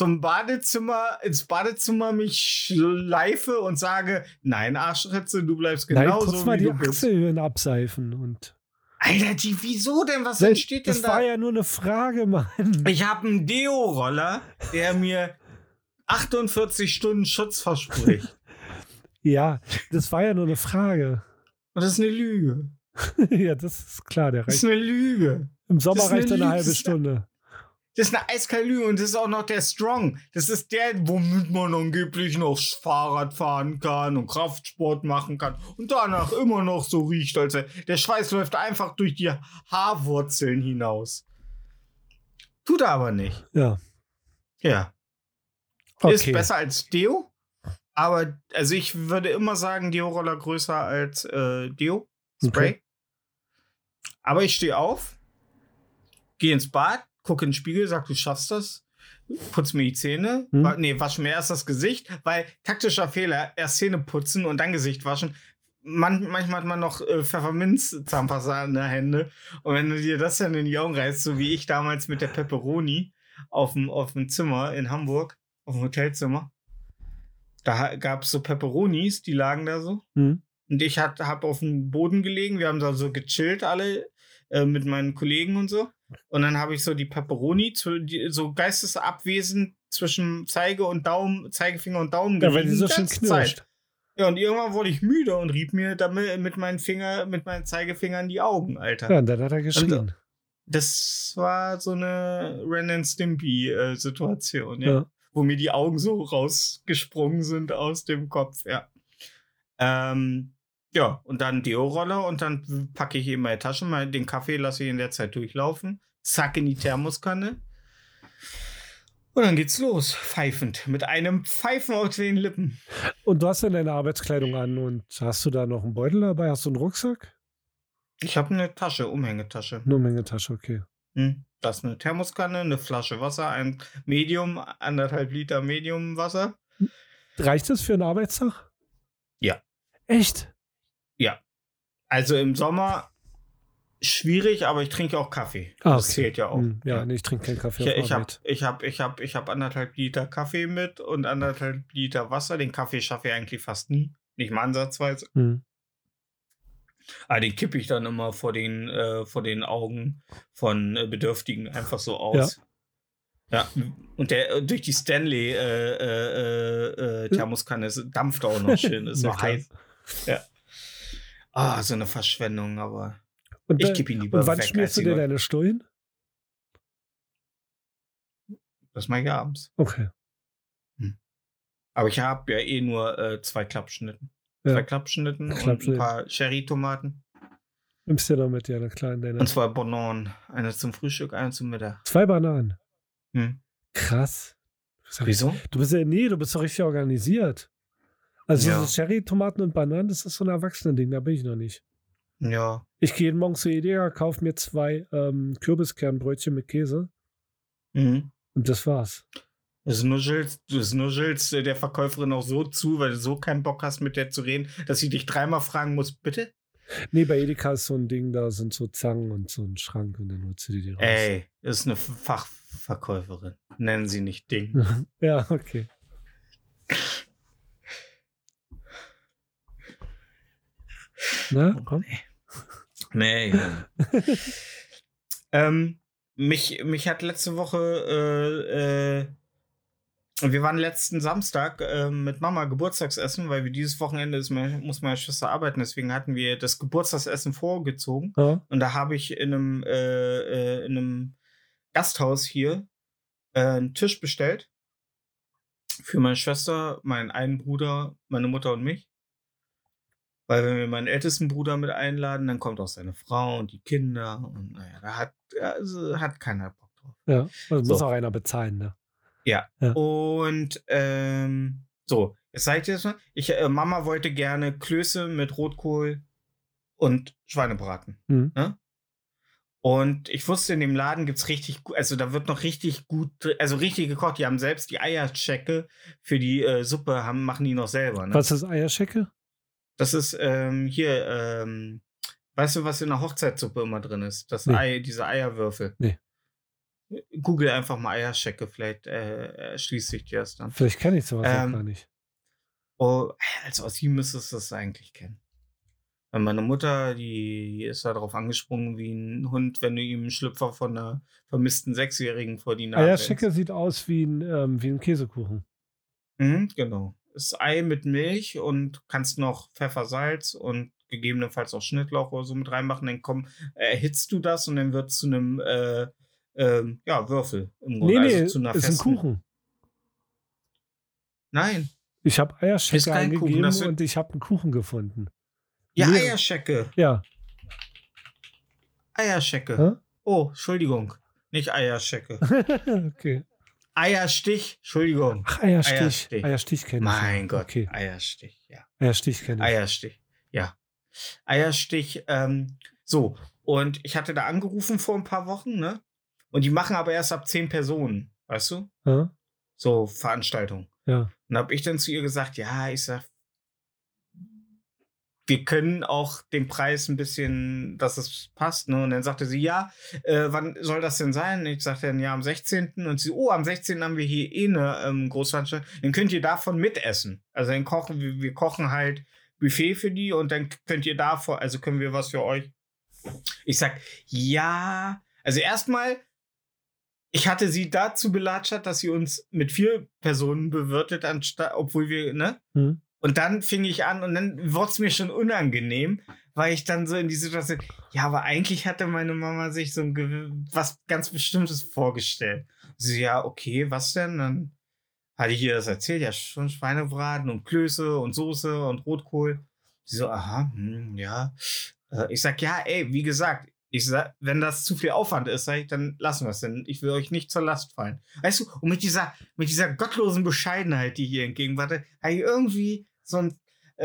ins Badezimmer mich schleife und sage, nein, Arschritze, du bleibst Nein, genauso, kurz mal wie die du bist. Achselhöhlen abseifen. Und Alter, wieso denn? Was entsteht denn das da? war ja nur eine Frage, Mann. Ich habe einen Deo-Roller, der mir 48 Stunden Schutz verspricht. Ja, das war ja nur eine Frage. Und das ist eine Lüge. Ja, das ist klar, der Das reicht. ist eine Lüge. Im Sommer das ist eine reicht eine Lüge, halbe das ist Stunde. Das ist eine eiskalte Lüge und das ist auch noch der Strong. Das ist der, womit man angeblich noch Fahrrad fahren kann und Kraftsport machen kann und danach immer noch so riecht, als der Schweiß läuft einfach durch die Haarwurzeln hinaus. Tut er aber nicht. Ja. Ja. Okay. Ist besser als Deo, aber also ich würde immer sagen, Deo-Roller größer als Deo-Spray. Okay. Aber ich stehe auf, gehe ins Bad, gucke in den Spiegel, sag, du schaffst das, putz mir die Zähne, wasche mir erst das Gesicht, weil taktischer Fehler, erst Zähne putzen und dann Gesicht waschen. Manchmal hat man noch Pfefferminz-Zahnpasta in der Hände und wenn du dir das dann in die Augen reißt, so wie ich damals mit der Pepperoni auf dem Zimmer in Hamburg, auf dem Hotelzimmer, da gab es so Pepperonis, die lagen da so. Mhm. Und ich habe auf dem Boden gelegen. Wir haben da so gechillt alle mit meinen Kollegen und so. Und dann habe ich so die Pepperoni so geistesabwesend zwischen Zeigefinger und Daumen Ja, gelegen. weil die so die schön ganze knirscht. Zeit. Ja, und irgendwann wurde ich müde und rieb mir damit mit meinen Zeigefingern die Augen, Alter. Ja, und dann hat er geschrien. Das war so eine Ren and Stimpy-Situation, ja. Ja. Wo mir die Augen so rausgesprungen sind aus dem Kopf, ja. Ja, und dann Deo-Roller und dann packe ich in meine Tasche, den Kaffee lasse ich in der Zeit durchlaufen, zack in die Thermoskanne und dann geht's los, pfeifend, mit einem Pfeifen auf den Lippen. Und du hast dann deine Arbeitskleidung an und hast du da noch einen Beutel dabei? Hast du einen Rucksack? Ich habe eine Tasche, Umhängetasche. Nur eine Menge Tasche, okay. Das ist eine Thermoskanne, eine Flasche Wasser, ein Medium, 1,5 Liter Medium-Wasser. Reicht das für einen Arbeitstag? Ja. Echt? Ja. Also im Sommer schwierig, aber ich trinke auch Kaffee. Ah, Das okay. zählt ja auch. Ja, nee, ich trinke keinen Kaffee auf Ich habe Arbeit. ich hab 1,5 Liter Kaffee mit und 1,5 Liter Wasser. Den Kaffee schaffe ich eigentlich fast nie. Nicht mal ansatzweise. Aber den kippe ich dann immer vor den Augen von Bedürftigen einfach so aus. Ja. Und der durch die Stanley Thermoskanne dampft auch noch schön, ist Na noch klar. heiß. Ja. So eine Verschwendung, aber Und, ich gebe ihn lieber und wann weg. schmierst du als dir die Leute. deine Stullen? Das mache ich abends. Okay. Aber ich habe ja eh nur 2 Klappschnitten. Ja. 2 Klappschnitten und ein paar Cherry-Tomaten. Nimmst du noch mit dir, klar, in deiner. Und 2 Bananen. Eine zum Frühstück, eine zum Mittag. 2 Bananen. Hm. Krass. Wieso? Du bist doch richtig organisiert. Also Ja. so Cherry-Tomaten und Bananen, das ist so ein Erwachsenen-Ding, da bin ich noch nicht. Ja. Ich gehe jeden Morgen zu Edeka, kaufe mir 2 Kürbiskernbrötchen mit Käse Mhm. und das war's. Du nuschelst der Verkäuferin auch so zu, weil du so keinen Bock hast, mit der zu reden, dass sie dich 3-mal fragen muss, bitte? Nee, bei Edeka ist so ein Ding, da sind so Zangen und so ein Schrank und dann holst du die raus. Ey, das ist eine Fachverkäuferin. Nennen sie nicht Ding. Ja, okay. Na, komm. Nee. Mich hat letzte Woche, wir waren letzten Samstag mit Mama Geburtstagsessen, weil wir dieses Wochenende muss meine Schwester arbeiten, deswegen hatten wir das Geburtstagsessen vorgezogen. Ja. Und da habe ich in einem Gasthaus hier einen Tisch bestellt für meine Schwester, meinen einen Bruder, meine Mutter und mich. Weil wenn wir meinen ältesten Bruder mit einladen, dann kommt auch seine Frau und die Kinder. Und naja, da hat keiner Bock drauf. Ja, also muss So. auch einer bezahlen, ne? Ja. Ja. Und so, jetzt sage ich dir das mal. Mama wollte gerne Klöße mit Rotkohl und Schweinebraten. Mhm. Ne? Und ich wusste, in dem Laden gibt es richtig gut, also da wird noch richtig gut, also richtig gekocht. Die haben selbst die Eierschecke für die Suppe, machen die noch selber. Ne? Was ist Eierschecke? Das ist hier, weißt du, was in der Hochzeitssuppe immer drin ist? Das Nee. Ei, diese Eierwürfel. Nee. Google einfach mal Eierschecke, vielleicht schließt sich dir das dann. Vielleicht kenne ich sowas auch gar nicht. Als Ossi müsstest du das eigentlich kennen. Weil meine Mutter, die ist da drauf angesprungen wie ein Hund, wenn du ihm einen Schlüpfer von einer vermissten 6-Jährigen vor die Nase Eierschecke sieht aus wie ein Käsekuchen. Genau. Das Ei mit Milch und kannst noch Pfeffer, Salz und gegebenenfalls auch Schnittlauch oder so mit reinmachen. Dann erhitzt du das und dann wird es zu einem Würfel im Grunde. Nee, also zu einer ist ein Kuchen. Nein. Ich habe Ist Eierschecke kein Kuchen, eingegeben das wird- und ich habe einen Kuchen gefunden. Ja, Nee. Eierschecke. Ja. Eierschecke. Hä? Oh, Entschuldigung. Nicht Eierschecke. Okay. Eierstich. Entschuldigung. Ach, Eierstich. Eierstich. Eierstich kenne ich. Mein ja. Gott. Okay. Eierstich, ja. Eierstich kenne ich. Eierstich, ja. Eierstich, so. Und ich hatte da angerufen vor ein paar Wochen, ne? Und die machen aber erst ab 10 Personen, weißt du? Ja? So Veranstaltungen. Ja. Und habe ich dann zu ihr gesagt, ja, ich sag, wir können auch den Preis ein bisschen, dass es passt, ne? Und dann sagte sie, ja, wann soll das denn sein? Und ich sagte dann, ja, am 16. Und sie, am 16. haben wir hier eine Großveranstaltung. Dann könnt ihr davon mitessen. Also dann kochen wir kochen halt Buffet für die und dann könnt ihr davon, also können wir was für euch. Ich sag, ja, also erstmal, ich hatte sie dazu belatschert, dass sie uns mit 4 Personen bewirtet, obwohl wir, ne? Hm. Und dann fing ich an und dann wurde es mir schon unangenehm, weil ich dann so in die Situation, ja, aber eigentlich hatte meine Mama sich so was ganz Bestimmtes vorgestellt. Sie, ja, okay, was denn? Dann hatte ich ihr das erzählt, ja, schon Schweinebraten und Klöße und Soße und Rotkohl. Sie so, aha, ja. Ich sag, ja, ey, wie gesagt, wenn das zu viel Aufwand ist, sag ich, dann lassen wir es, denn ich will euch nicht zur Last fallen. Weißt du, und mit dieser gottlosen Bescheidenheit, die hier entgegenwarte, habe ich irgendwie so einen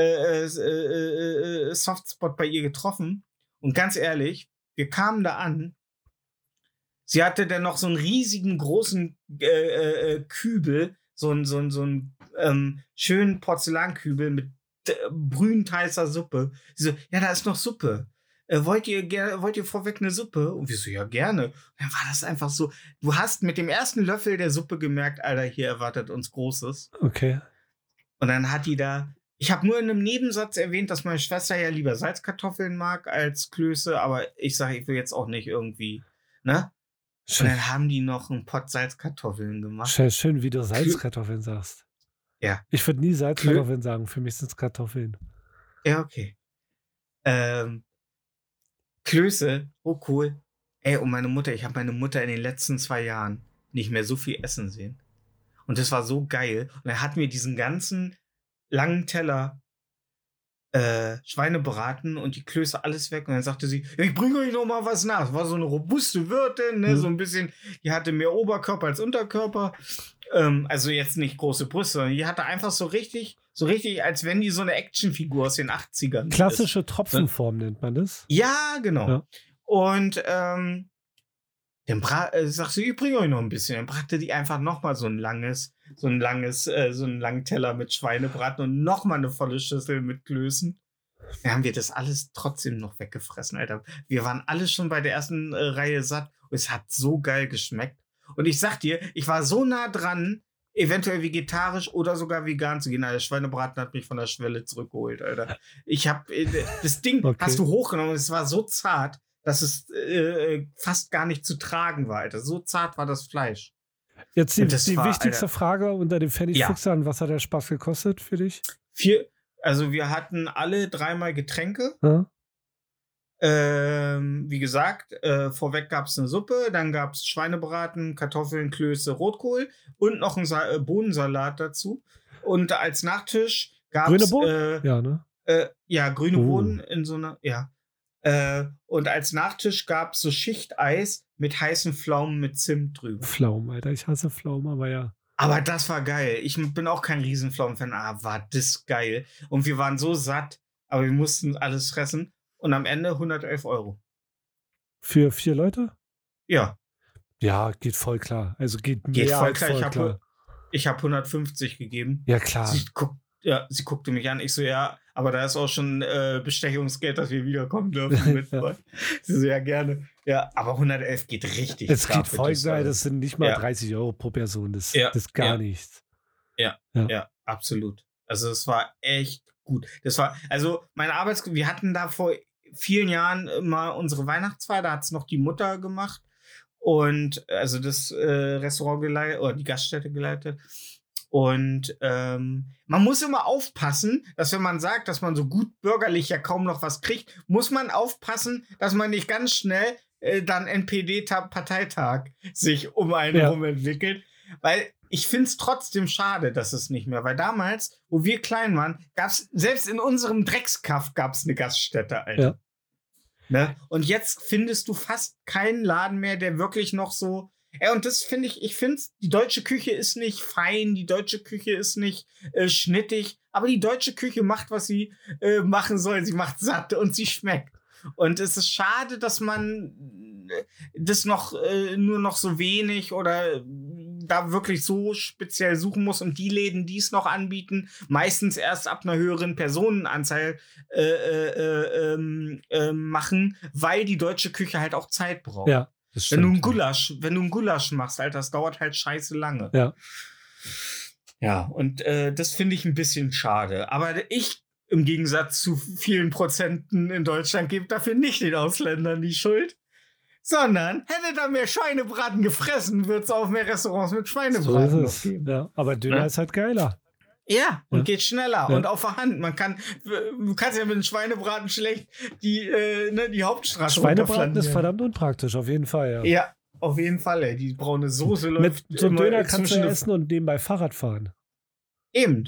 Softspot bei ihr getroffen. Und ganz ehrlich, wir kamen da an. Sie hatte dann noch so einen riesigen, großen Kübel, so einen schönen Porzellankübel mit brühend heißer Suppe. Sie so, ja, da ist noch Suppe. Wollt ihr vorweg eine Suppe? Und wir so, ja, gerne. Und dann war das einfach so, du hast mit dem ersten Löffel der Suppe gemerkt, Alter, hier erwartet uns Großes. Okay. Und dann hat die da, ich habe nur in einem Nebensatz erwähnt, dass meine Schwester ja lieber Salzkartoffeln mag als Klöße, aber ich sage, ich will jetzt auch nicht irgendwie, ne? Und dann haben die noch einen Pott Salzkartoffeln gemacht. Schön, wie du Salzkartoffeln sagst. Ja. Ich würde nie Salzkartoffeln sagen, für mich sind es Kartoffeln. Ja, okay. Klöße, oh cool. Ey, und ich habe meine Mutter in den letzten 2 Jahren nicht mehr so viel essen sehen. Und das war so geil. Und er hat mir diesen ganzen langen Teller Schweinebraten und die Klöße alles weg. Und dann sagte sie, ja, ich bringe euch noch mal was nach. Das war so eine robuste Wirtin, ne? So ein bisschen, die hatte mehr Oberkörper als Unterkörper. Also jetzt nicht große Brüste, sondern die hatte einfach so richtig, als wenn die so eine Actionfigur aus den 80ern Klassische Tropfenform nennt man das. Ja, genau. Ja. Und dann sagst du, ich bringe euch noch ein bisschen. Dann brachte die einfach noch mal so einen langen Teller mit Schweinebraten und noch mal eine volle Schüssel mit Klößen. Dann haben wir das alles trotzdem noch weggefressen, Alter. Wir waren alle schon bei der ersten Reihe satt und es hat so geil geschmeckt. Und ich sag dir, ich war so nah dran, eventuell vegetarisch oder sogar vegan zu gehen. Alter, Schweinebraten hat mich von der Schwelle zurückgeholt, Alter. Ich hab das Ding hast du hochgenommen und es war so zart, dass es fast gar nicht zu tragen war, Alter. So zart war das Fleisch. Jetzt die wichtigste Frage unter den Pfennigfuchsern. Was hat der Spaß gekostet für dich? Also wir hatten alle 3-mal Getränke. Wie gesagt, vorweg gab es eine Suppe, dann gab es Schweinebraten, Kartoffeln, Klöße, Rotkohl und noch einen Bohnensalat dazu. Und als Nachtisch gab es... Grüne Bohnen? Grüne Bohnen in so einer... Ja. Und als Nachtisch gab es so Schichteis mit heißen Pflaumen mit Zimt drüber. Pflaumen, Alter. Ich hasse Pflaumen, aber ja. Aber das war geil. Ich bin auch kein Riesenpflaumen-Fan, aber war das geil. Und wir waren so satt, aber wir mussten alles fressen. Und am Ende 111 €. Für 4 Leute? Ja. Ja, geht voll klar. Also geht mehr voll als klar. voll klar. Ich habe 150 gegeben. Ja, klar. Sie guckte mich an. Ich so, ja, aber da ist auch schon Bestechungsgeld, dass wir wiederkommen dürfen. Mit. Sie so, ja, gerne. Ja, aber 111 geht richtig. Es geht voll klar. Das sind nicht mal 30 € pro Person. Das ist gar nichts. Ja, absolut. Also es war echt gut. Also wir hatten da vor vielen Jahren mal unsere Weihnachtsfeier, da hat es noch die Mutter gemacht und also das Restaurant geleitet oder die Gaststätte geleitet. Und man muss immer aufpassen, dass wenn man sagt, dass man so gut bürgerlich ja kaum noch was kriegt, muss man aufpassen, dass man nicht ganz schnell dann NPD-Parteitag sich um einen herum entwickelt. Weil ich finde es trotzdem schade, dass es nicht mehr, weil damals, wo wir klein waren, gab's selbst in unserem Dreckskaff gab's eine Gaststätte, Alter. Ja. Ne? Und jetzt findest du fast keinen Laden mehr, der wirklich noch so. Und das finde ich finde, die deutsche Küche ist nicht fein, die deutsche Küche ist nicht schnittig, aber die deutsche Küche macht, was sie machen soll. Sie macht satt und sie schmeckt. Und es ist schade, dass man das noch nur noch so wenig oder da wirklich so speziell suchen muss und die Läden, die es noch anbieten, meistens erst ab einer höheren Personenanzahl machen, weil die deutsche Küche halt auch Zeit braucht. Ja, das stimmt. Wenn du ein Gulasch machst, Alter, das dauert halt scheiße lange. Ja. Ja, und das finde ich ein bisschen schade. Aber ich im Gegensatz zu vielen Prozenten in Deutschland gebe dafür nicht den Ausländern die Schuld, sondern hätte da mehr Schweinebraten gefressen, wird es auch mehr Restaurants mit Schweinebraten noch geben. Ja, aber Döner ist halt geiler. Ja, und geht schneller und auf der Hand. Du kannst ja mit dem Schweinebraten schlecht die Hauptstraße Schweinebraten ist verdammt unpraktisch, auf jeden Fall, ja. Ja, auf jeden Fall, ey. Die braune Soße läuft. Mit so einem Döner kannst du essen und nebenbei Fahrrad fahren. Eben.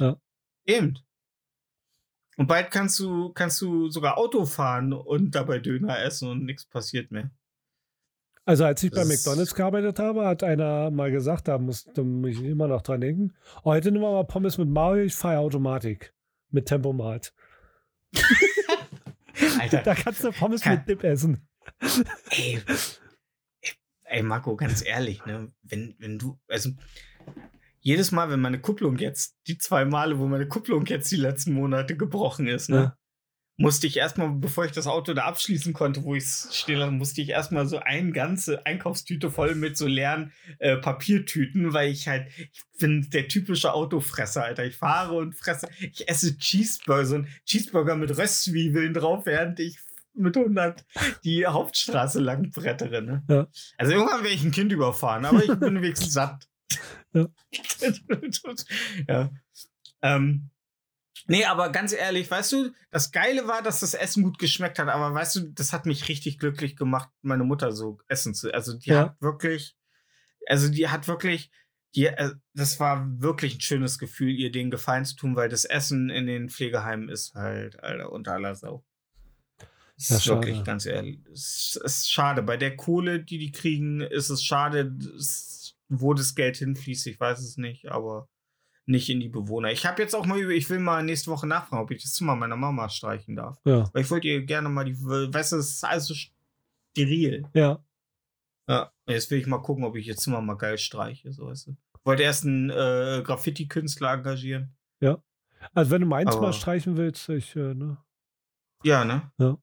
Und bald kannst du sogar Auto fahren und dabei Döner essen und nichts passiert mehr. Also als ich bei McDonald's gearbeitet habe, hat einer mal gesagt, da musste ich immer noch dran denken, heute nehmen wir mal Pommes mit Mario, ich fahre Automatik mit Tempomat. Alter. Da kannst du Pommes mit Dip essen. Ey, Marco, ganz ehrlich, ne, wenn du, also jedes Mal, wenn meine Kupplung jetzt, die 2 Male, wo meine Kupplung jetzt die letzten Monate gebrochen ist, ne, musste ich erstmal, bevor ich das Auto da abschließen konnte, wo ich es stehen lasse, musste ich erstmal so eine ganze Einkaufstüte voll mit so leeren Papiertüten, weil ich bin der typische Autofresser, Alter. Ich fahre und fresse, ich esse Cheeseburger, so ein Cheeseburger mit Röstzwiebeln drauf, während ich mit 100 die Hauptstraße lang brettere, ne? Ja. Also irgendwann werde ich ein Kind überfahren, aber ich bin wenigstens satt. Ja. Nee, aber ganz ehrlich, weißt du, das Geile war, dass das Essen gut geschmeckt hat, aber weißt du, das hat mich richtig glücklich gemacht, meine Mutter so essen zu. Also die Ja. hat wirklich, das war wirklich ein schönes Gefühl, ihr den Gefallen zu tun, weil das Essen in den Pflegeheimen ist halt, Alter, unter aller Sau. Das Ja, ist wirklich, schade. ganz ehrlich, es ist schade. Bei der Kohle, die kriegen, ist es schade, wo das Geld hinfließt, ich weiß es nicht, aber nicht in die Bewohner. Ich habe jetzt auch mal ich will mal nächste Woche nachfragen, ob ich das Zimmer meiner Mama streichen darf. Ja. Weil ich wollte ihr gerne mal weißt du, es ist alles so steril. Ja. Ja, jetzt will ich mal gucken, ob ich ihr Zimmer mal geil streiche, so weißt du. Wollte erst einen Graffiti-Künstler engagieren. Ja. Also wenn du meins mal Aber- streichen willst, ne? Ja, ne? Ja.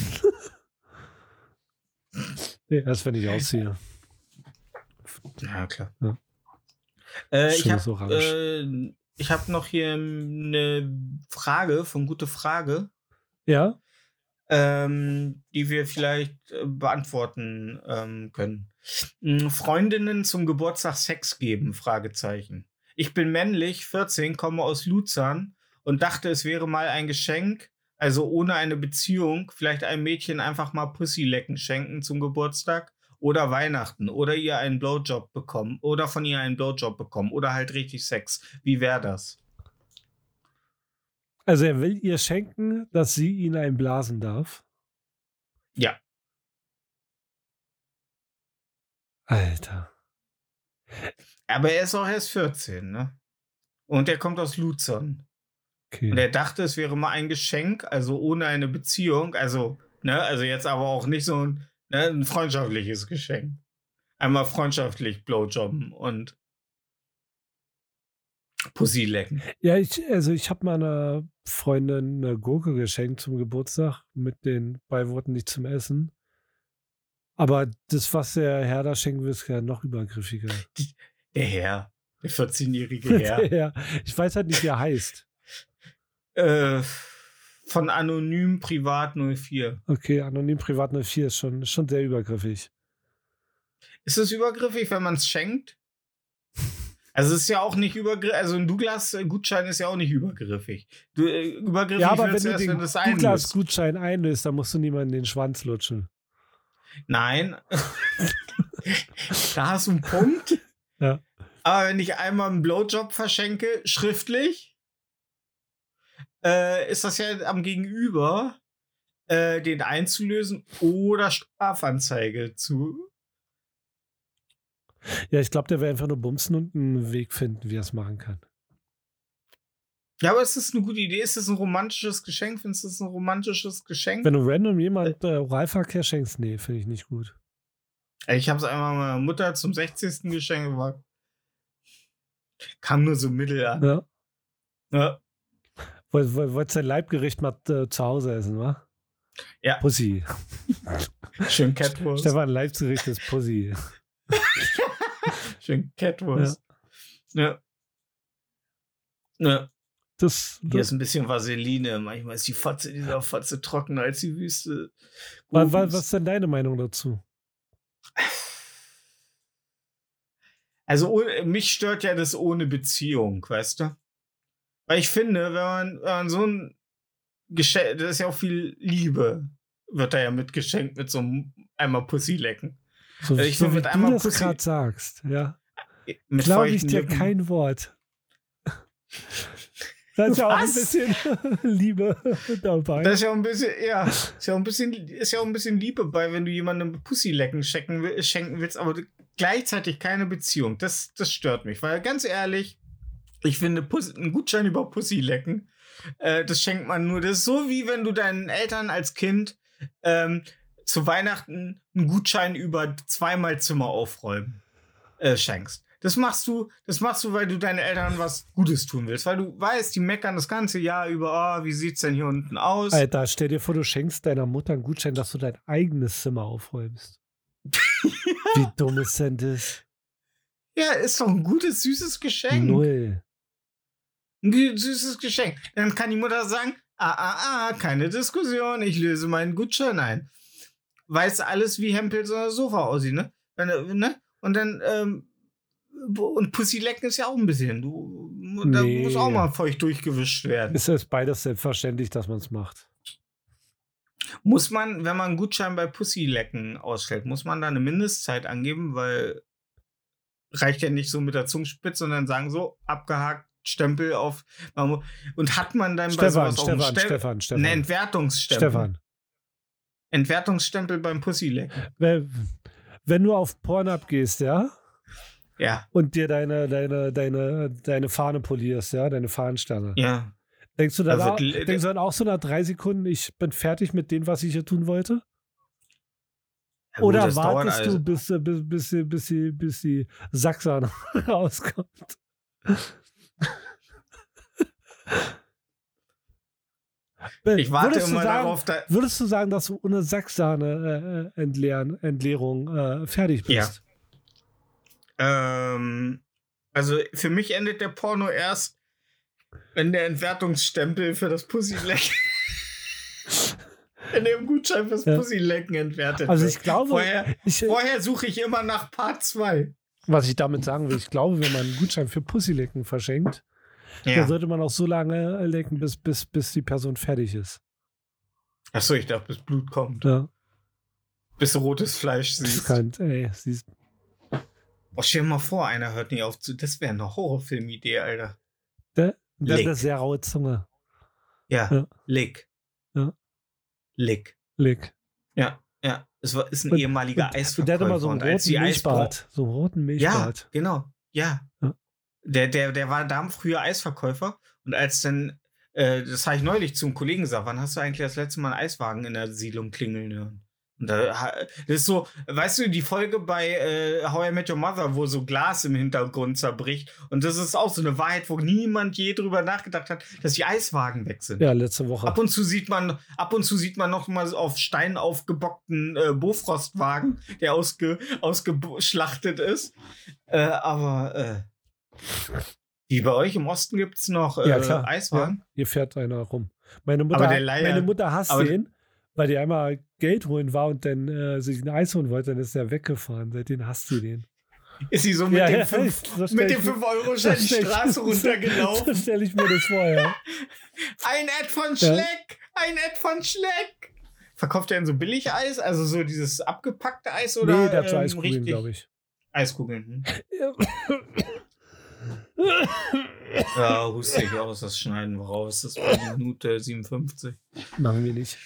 Nee, erst wenn ich ausziehe. Ja, klar. Ja. Ich Schönes Orange. hab noch hier eine Frage von Gute Frage, Ja? die wir vielleicht beantworten können. Freundinnen zum Geburtstag Sex geben? Fragezeichen. Ich bin männlich, 14, komme aus Luzern und dachte, es wäre mal ein Geschenk, also ohne eine Beziehung, vielleicht einem Mädchen einfach mal Pussylecken schenken zum Geburtstag oder Weihnachten oder ihr einen Blowjob bekommen oder von ihr einen Blowjob bekommen oder halt richtig Sex. Wie wäre das? Also er will ihr schenken, dass sie ihn einblasen darf. Ja. Alter. Aber er ist auch erst 14, ne? Und er kommt aus Luzern. Okay. Und er dachte, es wäre mal ein Geschenk, also ohne eine Beziehung, also jetzt aber auch nicht so ein freundschaftliches Geschenk. Einmal freundschaftlich Blowjobben und Pussy lecken. Ja, ich habe meiner Freundin eine Gurke geschenkt zum Geburtstag mit den Beiworten nicht zum Essen. Aber das, was der Herr da schenken will, ist ja noch übergriffiger. Der Herr, der 14-jährige Herr. Ja, ich weiß halt nicht, wie er heißt. Von Anonym Privat 04. Okay, Anonym Privat 04 ist schon sehr übergriffig. Ist es übergriffig, wenn man es schenkt? Also es ist ja auch nicht übergriffig, also ein Douglas-Gutschein ist ja auch nicht übergriffig. Übergriffig Ja, aber wenn wird's du erst, den wenn das einlöst. Douglas-Gutschein einlöst, dann musst du niemanden den Schwanz lutschen. Nein. Da hast du einen Punkt. Ja. Aber wenn ich einmal einen Blowjob verschenke, schriftlich, ist das ja am Gegenüber, den einzulösen oder Strafanzeige zu. Ja, ich glaube, der will einfach nur bumsen und einen Weg finden, wie er es machen kann. Ja, aber ist das eine gute Idee? Ist das ein romantisches Geschenk? Findest du das ein romantisches Geschenk? Wenn du random jemand Oralverkehr schenkst, nee, finde ich nicht gut. Ich habe es einmal meiner Mutter zum 60. geschenkt, aber kam nur so mittel an. Ja. Ja. Wolltest dein Leibgericht mal zu Hause essen, wa? Ja. Pussy. Schön Catwurst. Stefan, Leibgericht ist Pussy. Schön Catwurst. Ja. Ja. Hier ist ein bisschen Vaseline. Manchmal ist die Fotze dieser Fotze trockener als die Wüste. Was ist denn deine Meinung dazu? Also mich stört ja das ohne Beziehung, weißt du? Weil ich finde, wenn man so ein Geschenk, das ist ja auch viel Liebe, wird da ja mitgeschenkt mit so einem einmal Pussy lecken. So, Ich so find, wie mit du einmal das Pussy- gerade sagst, ja. Mit Glaube ich feuchten dir Lippen. kein Wort. Da ist ja auch ein Was? bisschen Liebe dabei. Das ist ja auch ein bisschen, ist ja auch ein bisschen Liebe bei, wenn du jemandem Pussy lecken schenken willst, aber gleichzeitig keine Beziehung. Das stört mich, weil ganz ehrlich, ich finde einen Gutschein über Pussy lecken, das schenkt man nur. Das ist so, wie wenn du deinen Eltern als Kind zu Weihnachten einen Gutschein über 2-mal Zimmer aufräumen schenkst. Das machst du, weil du deinen Eltern was Gutes tun willst, weil du weißt, die meckern das ganze Jahr über, wie sieht's denn hier unten aus? Alter, stell dir vor, du schenkst deiner Mutter einen Gutschein, dass du dein eigenes Zimmer aufräumst. Wie dumm ist denn das? Ja, ist doch ein gutes, süßes Geschenk. Null. Ein süßes Geschenk. Dann kann die Mutter sagen, keine Diskussion, ich löse meinen Gutschein ein. Weiß alles, wie Hempels Sofa aussieht, ne? Und dann und Pussylecken ist ja auch ein bisschen. Da Nee. muss auch mal feucht durchgewischt werden. Ist es beides selbstverständlich, dass man es macht? Muss man, wenn man einen Gutschein bei Pussylecken ausstellt, muss man da eine Mindestzeit angeben, weil reicht ja nicht so mit der Zungenspitze, sondern sagen so, abgehakt, Stempel auf. Und hat man dann bei sowas auch einen Stefan. Entwertungsstempel? Stefan. Entwertungsstempel beim Pussylecken. Wenn du auf Pornhub gehst, ja, Ja, und dir deine Fahne polierst, ja, deine Fahnenstange, ja. denkst du Da dann auch so nach 3 Sekunden, ich bin fertig mit dem, was ich hier tun wollte? Ja, gut, Oder das dauert wartest du, bis die Sacksahne rauskommt? Ich warte immer darauf, Würdest du sagen, dass du ohne Sacksahne-Entleerung fertig bist? Ja. Also für mich endet der Porno erst, wenn der Entwertungsstempel für das Pussylecken in dem Gutschein fürs Pussylecken entwertet Also wird. ich glaube, Vorher suche ich immer nach Part 2. was ich damit sagen will, ich glaube, wenn man einen Gutschein für Pussylecken verschenkt, dann sollte man auch so lange lecken, bis die Person fertig ist. Achso, ich dachte, bis Blut kommt. Ja. Bis du rotes Fleisch siehst. Siehst. Oh, stell dir mal vor, einer hört nie auf zu. Das wäre eine Horrorfilm-Idee, Alter. Das ist Lick. eine sehr raue Zunge. Ja. Lick. Ja. Lick. Lick. Ja. Ist ein ehemaliger Eisverkäufer. Und der hat immer so einen roten Milchbart. So einen roten Milchbart. Ja, genau. Ja. Der war früher Eisverkäufer. Und als dann, das habe ich neulich zum Kollegen gesagt, wann hast du eigentlich das letzte Mal einen Eiswagen in der Siedlung klingeln hören? Und das ist so, weißt du, die Folge bei How I Met Your Mother, wo so Glas im Hintergrund zerbricht. Und das ist auch so eine Wahrheit, wo niemand je drüber nachgedacht hat, dass die Eiswagen weg sind. Ja, letzte Woche. Ab und zu sieht man noch mal auf Stein aufgebockten Bofrostwagen, der ausgeschlachtet ist. Aber wie bei euch im Osten gibt es noch klar. Eiswagen. Ja, hier fährt einer rum. Meine Mutter hasst den, weil die einmal Geld holen war und dann sich ein Eis holen wollte, dann ist er weggefahren. Seitdem hasst sie den. Ist sie so mit dem 5-Euro-Schein die Straße runtergelaufen? So stelle ich mir das vor, ja. Ein Ed von Schleck! Ein Ed von Schleck! Verkauft er denn so Billig-Eis? Also so dieses abgepackte Eis? Oder Nee, der hat so Eiskugeln, glaube ich. Eiskugeln. Ja, huste ich aus, das schneiden wir raus. Das war die Minute 57. Machen wir nicht.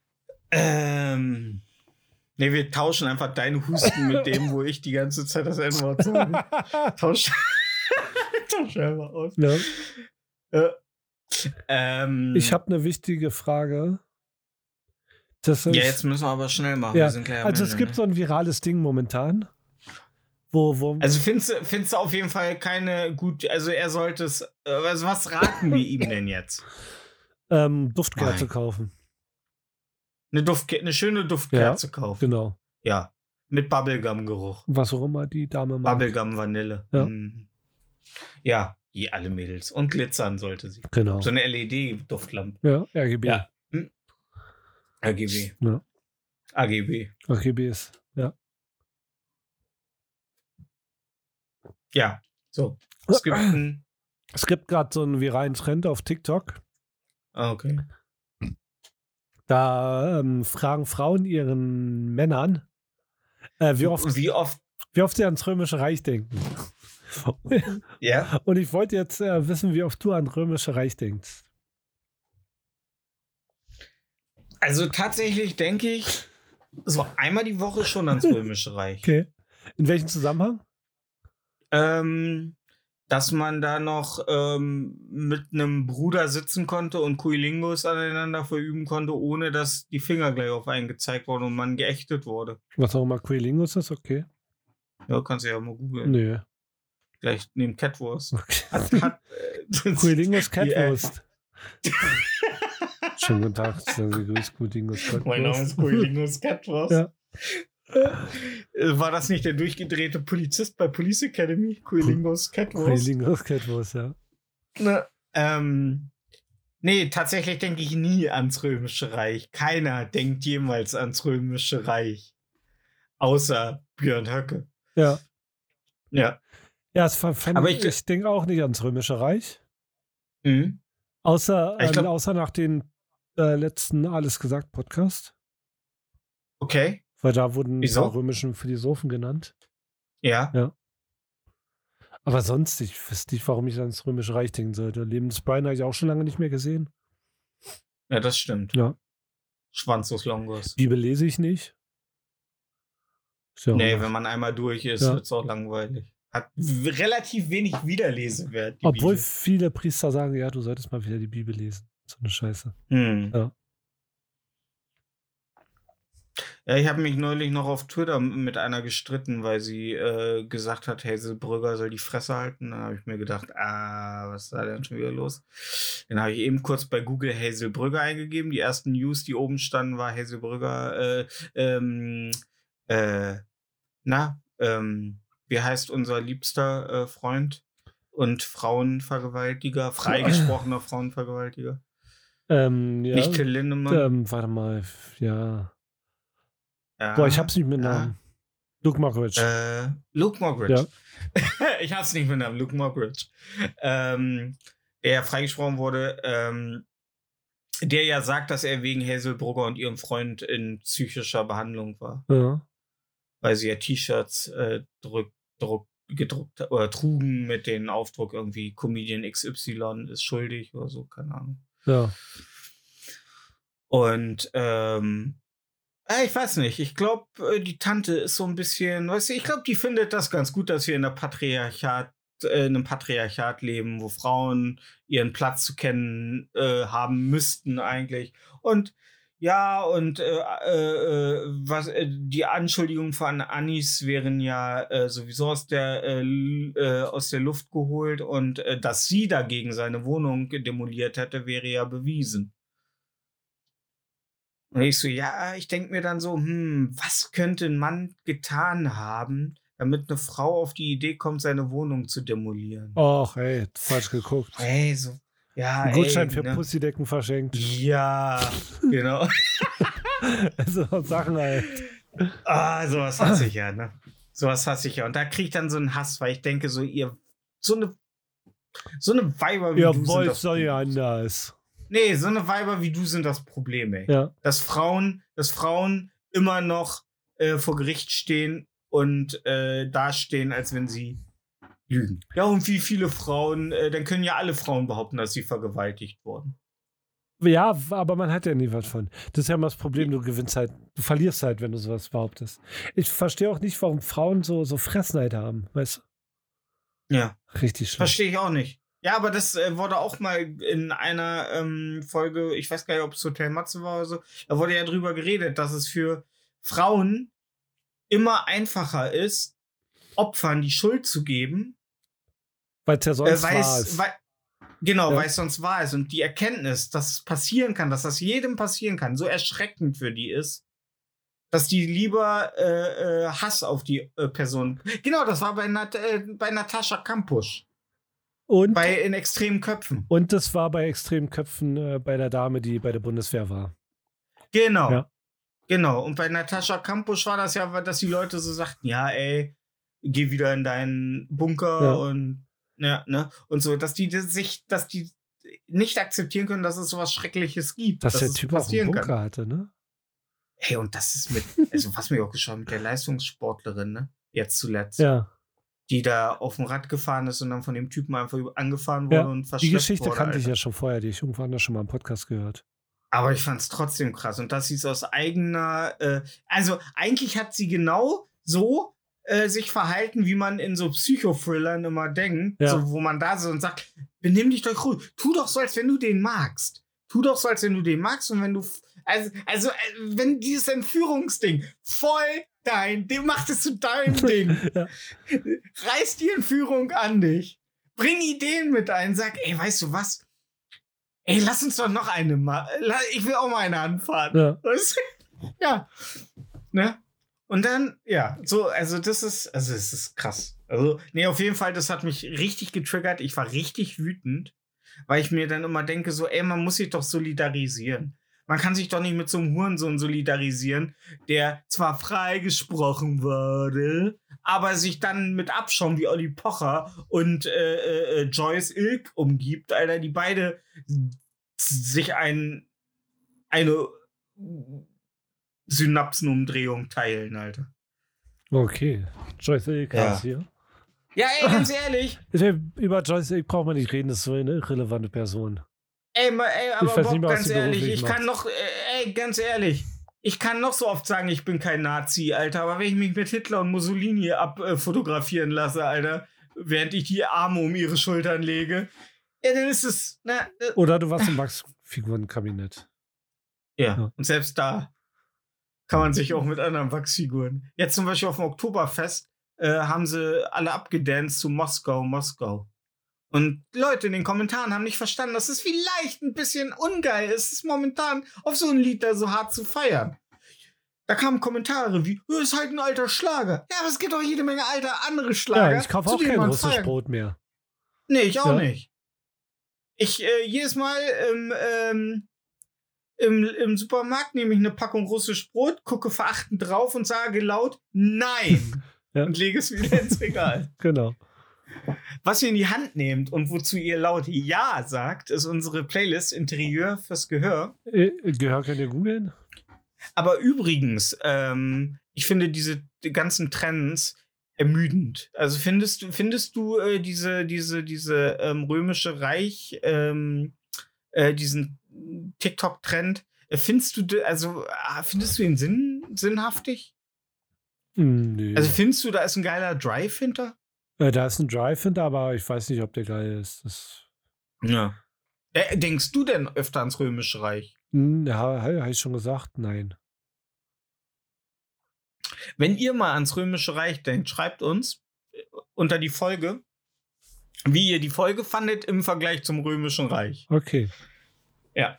Nee, wir tauschen einfach deinen Husten mit dem, wo ich die ganze Zeit das N-Wort sage. Tausch einfach aus. Ja. Ich habe eine wichtige Frage. Jetzt müssen wir aber schnell machen. Ja. Wir sind gleich am Also Ende, es gibt so ein virales Ding momentan. Wo also findest du auf jeden Fall keine gut, also er sollte es, also was raten wir ihm denn jetzt? Duftkerze kaufen. Eine schöne Duftkerze kaufen. Genau. Ja, mit Bubblegum-Geruch. Was auch immer die Dame macht. Bubblegum Vanille. Ja. Ja, wie alle Mädels. Und glitzern sollte sie. Genau. So eine LED-Duftlampe. Ja, RGB. Ja. RGB. Ja. AGB. RGBs, ja. Ja, so. Es gibt gerade so einen viralen Trend auf TikTok. Okay. Da fragen Frauen ihren Männern, wie oft sie ans Römische Reich denken. Ja. Und ich wollte jetzt wissen, wie oft du ans Römische Reich denkst. Also tatsächlich denke ich so einmal die Woche schon ans Römische Reich. Okay. In welchem Zusammenhang? Dass man da noch mit einem Bruder sitzen konnte und Kuilingos aneinander verüben konnte, ohne dass die Finger gleich auf einen gezeigt wurden und man geächtet wurde. Was auch immer Kuilingos ist, okay. Ja, kannst du ja mal googeln. Nö. Gleich neben Catwurst. Okay. Kuilingos Catwurst. Schönen guten Tag, sehr gegrüßt, Kuilingos Catwurst. Mein Name ist Kuilingos Catwurst. Ja. War das nicht der durchgedrehte Polizist bei Police Academy? Kuilingos Catwurst? Kuilingos Catwurst, ja. Nee, tatsächlich denke ich nie ans Römische Reich. Keiner denkt jemals ans Römische Reich. Außer Björn Höcke. Ja. Ja. Ja, ich denke auch nicht ans Römische Reich. Mhm. Außer Ich glaub- nach den letzten Alles gesagt Podcast. Okay. Weil da wurden ein paar Wieso? römische Philosophen genannt. Ja. Ja. Aber sonst, ich wüsste nicht, warum ich ans Römische Reich denken sollte. Leben des Brian habe ich auch schon lange nicht mehr gesehen. Ja, das stimmt. Ja. Schwanzus Longus. Bibel lese ich nicht. Ist ja auch Nee, nach- wenn man einmal durch ist, Ja. wird es auch langweilig. Hat relativ wenig Wiederlesewert. Die Obwohl Bibel. viele Priester sagen, ja, du solltest mal wieder die Bibel lesen. So eine Scheiße. Ja. Ja, ich habe mich neulich noch auf Twitter mit einer gestritten, weil sie gesagt hat, Hazel Brügger soll die Fresse halten. Dann habe ich mir gedacht, was ist da denn schon wieder los? Dann habe ich eben kurz bei Google Hazel Brügger eingegeben. Die ersten News, die oben standen, war Hazel Brügger, wie heißt unser liebster Freund und Frauenvergewaltiger, freigesprochener Frauenvergewaltiger? Ja, Nicht Till Lindemann. warte mal, ja. Ja, Boah, ich hab's nicht mit ja. Namen. Luke Mockridge. Luke Mockridge. Ja. Ich hab's nicht mit Namen, Luke Mockridge. Der freigesprochen wurde, der ja sagt, dass er wegen Hazel Brugger und ihrem Freund in psychischer Behandlung war. Ja. Weil sie ja T-Shirts gedruckt oder trugen mit dem Aufdruck irgendwie Comedian XY ist schuldig oder so, keine Ahnung. Ja. Und ich weiß nicht, ich glaube, die Tante ist so ein bisschen, weißt du, ich glaube, die findet das ganz gut, dass wir in einem Patriarchat leben, wo Frauen ihren Platz zu kennen haben müssten eigentlich. Und ja, und die Anschuldigungen von Anis wären ja sowieso aus der Luft geholt und dass sie dagegen seine Wohnung demoliert hätte, wäre ja bewiesen. Und ich so, ja, ich denke mir dann so, was könnte ein Mann getan haben, damit eine Frau auf die Idee kommt, seine Wohnung zu demolieren? Och, ey, falsch geguckt. Ey, so, ja, Ein Gutschein für ne? Pussydecken verschenkt. Ja, genau. Also Sachen halt. Sowas hasse ich ja, ne? Sowas hasse ich ja. Und da kriege ich dann so einen Hass, weil ich denke so, so eine Weiber wie Ja, du sind Wolf das soll ja Problem. anders. Nee, so eine Weiber wie du sind das Problem, ey. Ja. Dass Frauen immer noch vor Gericht stehen und dastehen, als wenn sie lügen. Ja, und wie viele Frauen, dann können ja alle Frauen behaupten, dass sie vergewaltigt wurden. Ja, aber man hat ja nie was von. Das ist ja immer das Problem, du verlierst halt, wenn du sowas behauptest. Ich verstehe auch nicht, warum Frauen so Fressneid haben, weißt du? Ja. Richtig schlimm. Verstehe ich auch nicht. Ja, aber das wurde auch mal in einer Folge, ich weiß gar nicht, ob es Hotel Matze war oder so, da wurde ja drüber geredet, dass es für Frauen immer einfacher ist, Opfern die Schuld zu geben, Weil es ja sonst weil wahr ist. weil es sonst wahr ist. Und die Erkenntnis, dass es passieren kann, dass das jedem passieren kann, so erschreckend für die ist, dass die lieber Hass auf die Person. Genau, das war bei Natascha Kampusch. Und In extremen Köpfen. Und das war bei extremen Köpfen bei der Dame, die bei der Bundeswehr war. Genau. Ja. Genau. Und bei Natascha Kampusch war das ja, dass die Leute so sagten, ja, ey, geh wieder in deinen Bunker und ja, ne? Und so, dass die nicht akzeptieren können, dass es sowas Schreckliches gibt. Dass der es Typ auch einen Bunker hatte, ne? Hey, und das ist also was mir auch geschaut, mit der Leistungssportlerin, ne? Jetzt zuletzt. Ja. Die da auf dem Rad gefahren ist und dann von dem Typen einfach angefahren wurde und verschleppt Die Geschichte wurde, kannte ich Alter. ja schon vorher, die ich irgendwann anders schon mal im Podcast gehört. Aber ich fand es trotzdem krass. Und dass sie es aus eigener, also eigentlich hat sie genau so sich verhalten, wie man in so Psychothrillern immer denkt, Ja. so, wo man da so und sagt, benimm dich doch ruhig. Tu doch so, als wenn du den magst. Tu doch so, als wenn du den magst und wenn du, wenn dieses Entführungsding voll dem macht es zu deinem Ding. Ja. Reiß die Entführung an dich. Bring Ideen mit ein. Sag, ey, weißt du was? Ey, lass uns doch noch eine mal. Ich will auch mal eine anfahren. Ja. Ja. Ne? Und dann, ja, so, es ist krass. Also, nee, auf jeden Fall, das hat mich richtig getriggert. Ich war richtig wütend, weil ich mir dann immer denke, so, ey, man muss sich doch solidarisieren. Man kann sich doch nicht mit so einem Hurensohn solidarisieren, der zwar freigesprochen wurde, aber sich dann mit Abschaum wie Olli Pocher und Joyce Ilk umgibt, Alter, die beide sich eine Synapsenumdrehung teilen, Alter. Okay. Joyce Ilk Ja. hier. Ja, ey, ganz ehrlich. Über Joyce Ilk braucht man nicht reden, das ist so eine irrelevante Person. Ey, aber weiß Bob, nicht mal, was ganz sie ehrlich, beruflich ich kann noch, ganz ehrlich, ich kann noch so oft sagen, ich bin kein Nazi, Alter, aber wenn ich mich mit Hitler und Mussolini abfotografieren lasse, Alter, während ich die Arme um ihre Schultern lege, ja, dann ist es, Oder du warst im Wachsfigurenkabinett. ja, und selbst da kann man sich auch mit anderen Wachsfiguren. Jetzt zum Beispiel auf dem Oktoberfest haben sie alle abgedanced zu Moskau, Moskau. Und Leute in den Kommentaren haben nicht verstanden, dass es vielleicht ein bisschen ungeil ist, momentan auf so ein Lied da so hart zu feiern. Da kamen Kommentare wie, ist halt ein alter Schlager. Ja, aber es gibt auch jede Menge andere Schlager. Ja, ich kaufe zu auch denen kein man russisch feiern. Brot mehr. Nee, ich auch Ja. nicht. Ich jedes Mal im Supermarkt nehme ich eine Packung russisch Brot, gucke verachtend drauf und sage laut Nein Ja. und lege es wieder ins Regal. Genau. Was ihr in die Hand nehmt und wozu ihr laut Ja sagt, ist unsere Playlist Interieur fürs Gehör. Gehör könnt ihr googeln? Aber übrigens, ich finde diese ganzen Trends ermüdend. Also findest du diese römische Reich, diesen TikTok-Trend, findest du ihn sinnhaftig? Nö. Also findest du, da ist ein geiler Drive hinter? Da ist ein Drive hinter, aber ich weiß nicht, ob der geil ist. Ja. Denkst du denn öfter ans Römische Reich? Ja, habe ich schon gesagt, nein. Wenn ihr mal ans Römische Reich denkt, schreibt uns unter die Folge, wie ihr die Folge fandet im Vergleich zum Römischen Reich. Okay. Ja.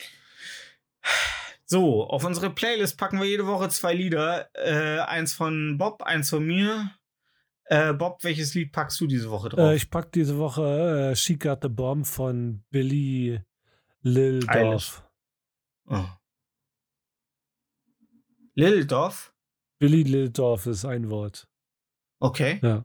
So, auf unsere Playlist packen wir jede Woche 2 Lieder. Eins von Bob, eins von mir. Bob, welches Lied packst du diese Woche drauf? Ich pack diese Woche She Got the Bomb von Billy Lil Eilish. Dorf. Oh. Lil Dorf? Billy Lil Dorf ist ein Wort. Okay. Ja.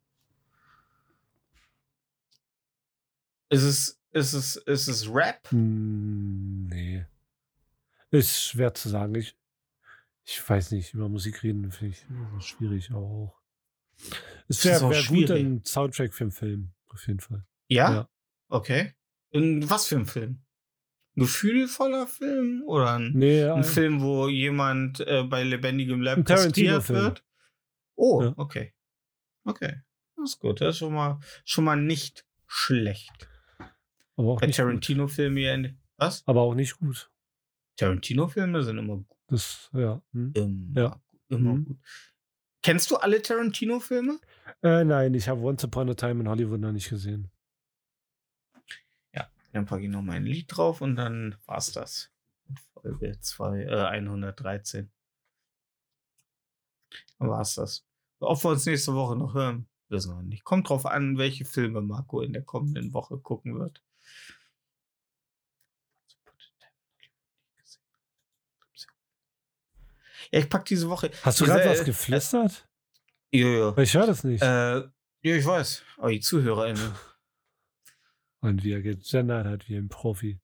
Ist es Rap? Nee. Ist schwer zu sagen. Ich weiß nicht, über Musik reden finde ich schwierig auch. Es Das ist auch wäre gut schwierig. ein Soundtrack für einen Film, auf jeden Fall. Ja? Ja. Okay. In was für ein Film? Ein gefühlvoller Film? Oder ein Film, wo jemand bei lebendigem Leib ein kastriert Tarantino-Film. wird? Oh, Ja. okay. Okay. Das ist gut. Das ist schon mal nicht schlecht. Aber auch Bei nicht gut. Tarantino-Filmen was? Aber auch nicht gut. Tarantino-Filme sind immer gut. Das, ja. Immer Mhm. gut. Kennst du alle Tarantino-Filme? Nein, ich habe Once Upon a Time in Hollywood noch nicht gesehen. Ja, dann packe ich noch mal ein Lied drauf und dann war's das. Folge 113. Dann war's das. Ob wir uns nächste Woche noch hören, wissen wir nicht. Kommt drauf an, welche Filme Marco in der kommenden Woche gucken wird. Ja, ich pack diese Woche. Hast du gerade was geflüstert? Ja. Weil ich höre das nicht. Ja, ich weiß. Aber die ZuhörerInnen. Und wie er gegendert hat, wie ein Profi.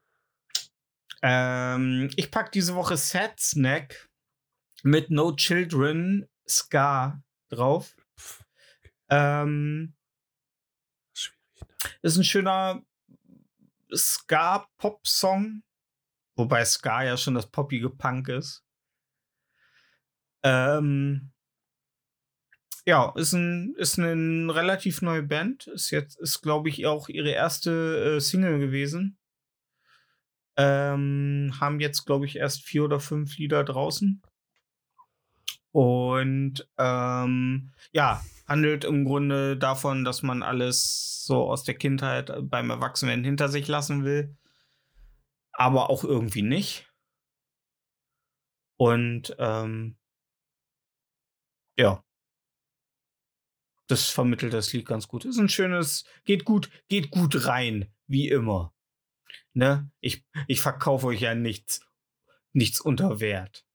Ich pack diese Woche Sad Snack mit No Children Ska drauf. Schwierig. Ne? Ist ein schöner Ska-Pop-Song. Wobei Ska ja schon das poppige Punk ist. Ja, ist eine relativ neue Band. Ist glaube ich, auch ihre erste Single gewesen. Haben jetzt, glaube ich, erst 4 oder 5 Lieder draußen. Und ja, handelt im Grunde davon, dass man alles so aus der Kindheit beim Erwachsenwerden hinter sich lassen will. Aber auch irgendwie nicht. Und ja. Das vermittelt das Lied ganz gut. Ist ein schönes, geht gut rein, wie immer. Ne? Ich verkaufe euch ja nichts nichts unter Wert.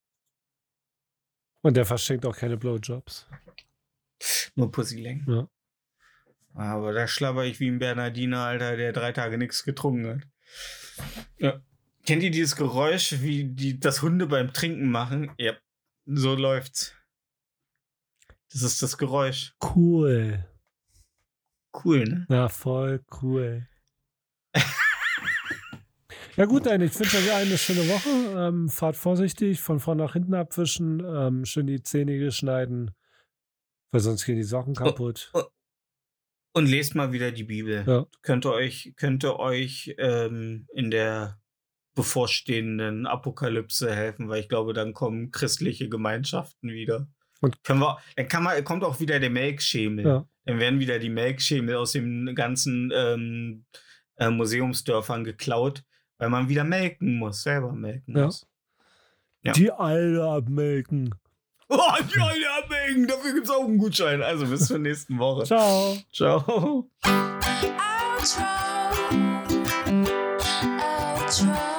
Und der verschenkt auch keine Blowjobs. Nur Pussylängen. Ja. Aber da schlabber ich wie ein Bernardiner, Alter, der 3 Tage nichts getrunken hat. Ja. Kennt ihr dieses Geräusch, wie das Hunde beim Trinken machen? Ja, so läuft's. Das ist das Geräusch. Cool. Cool, ne? Ja, voll cool. Ja gut, dann, ich wünsche euch eine schöne Woche. Fahrt vorsichtig, von vorne nach hinten abwischen, schön die Zähne schneiden, weil sonst gehen die Socken kaputt. Und lest mal wieder die Bibel. Ja. Könnte euch in der bevorstehenden Apokalypse helfen, weil ich glaube, dann kommen christliche Gemeinschaften wieder. Und kommt auch wieder der Melkschemel. Ja. Dann werden wieder die Melkschemel aus den ganzen Museumsdörfern geklaut, weil man wieder selber melken muss. Ja. Die Alte abmelken. Oh, die Alte abmelken, dafür gibt es auch einen Gutschein. Also bis zur nächsten Woche. Ciao. Ciao. Outro.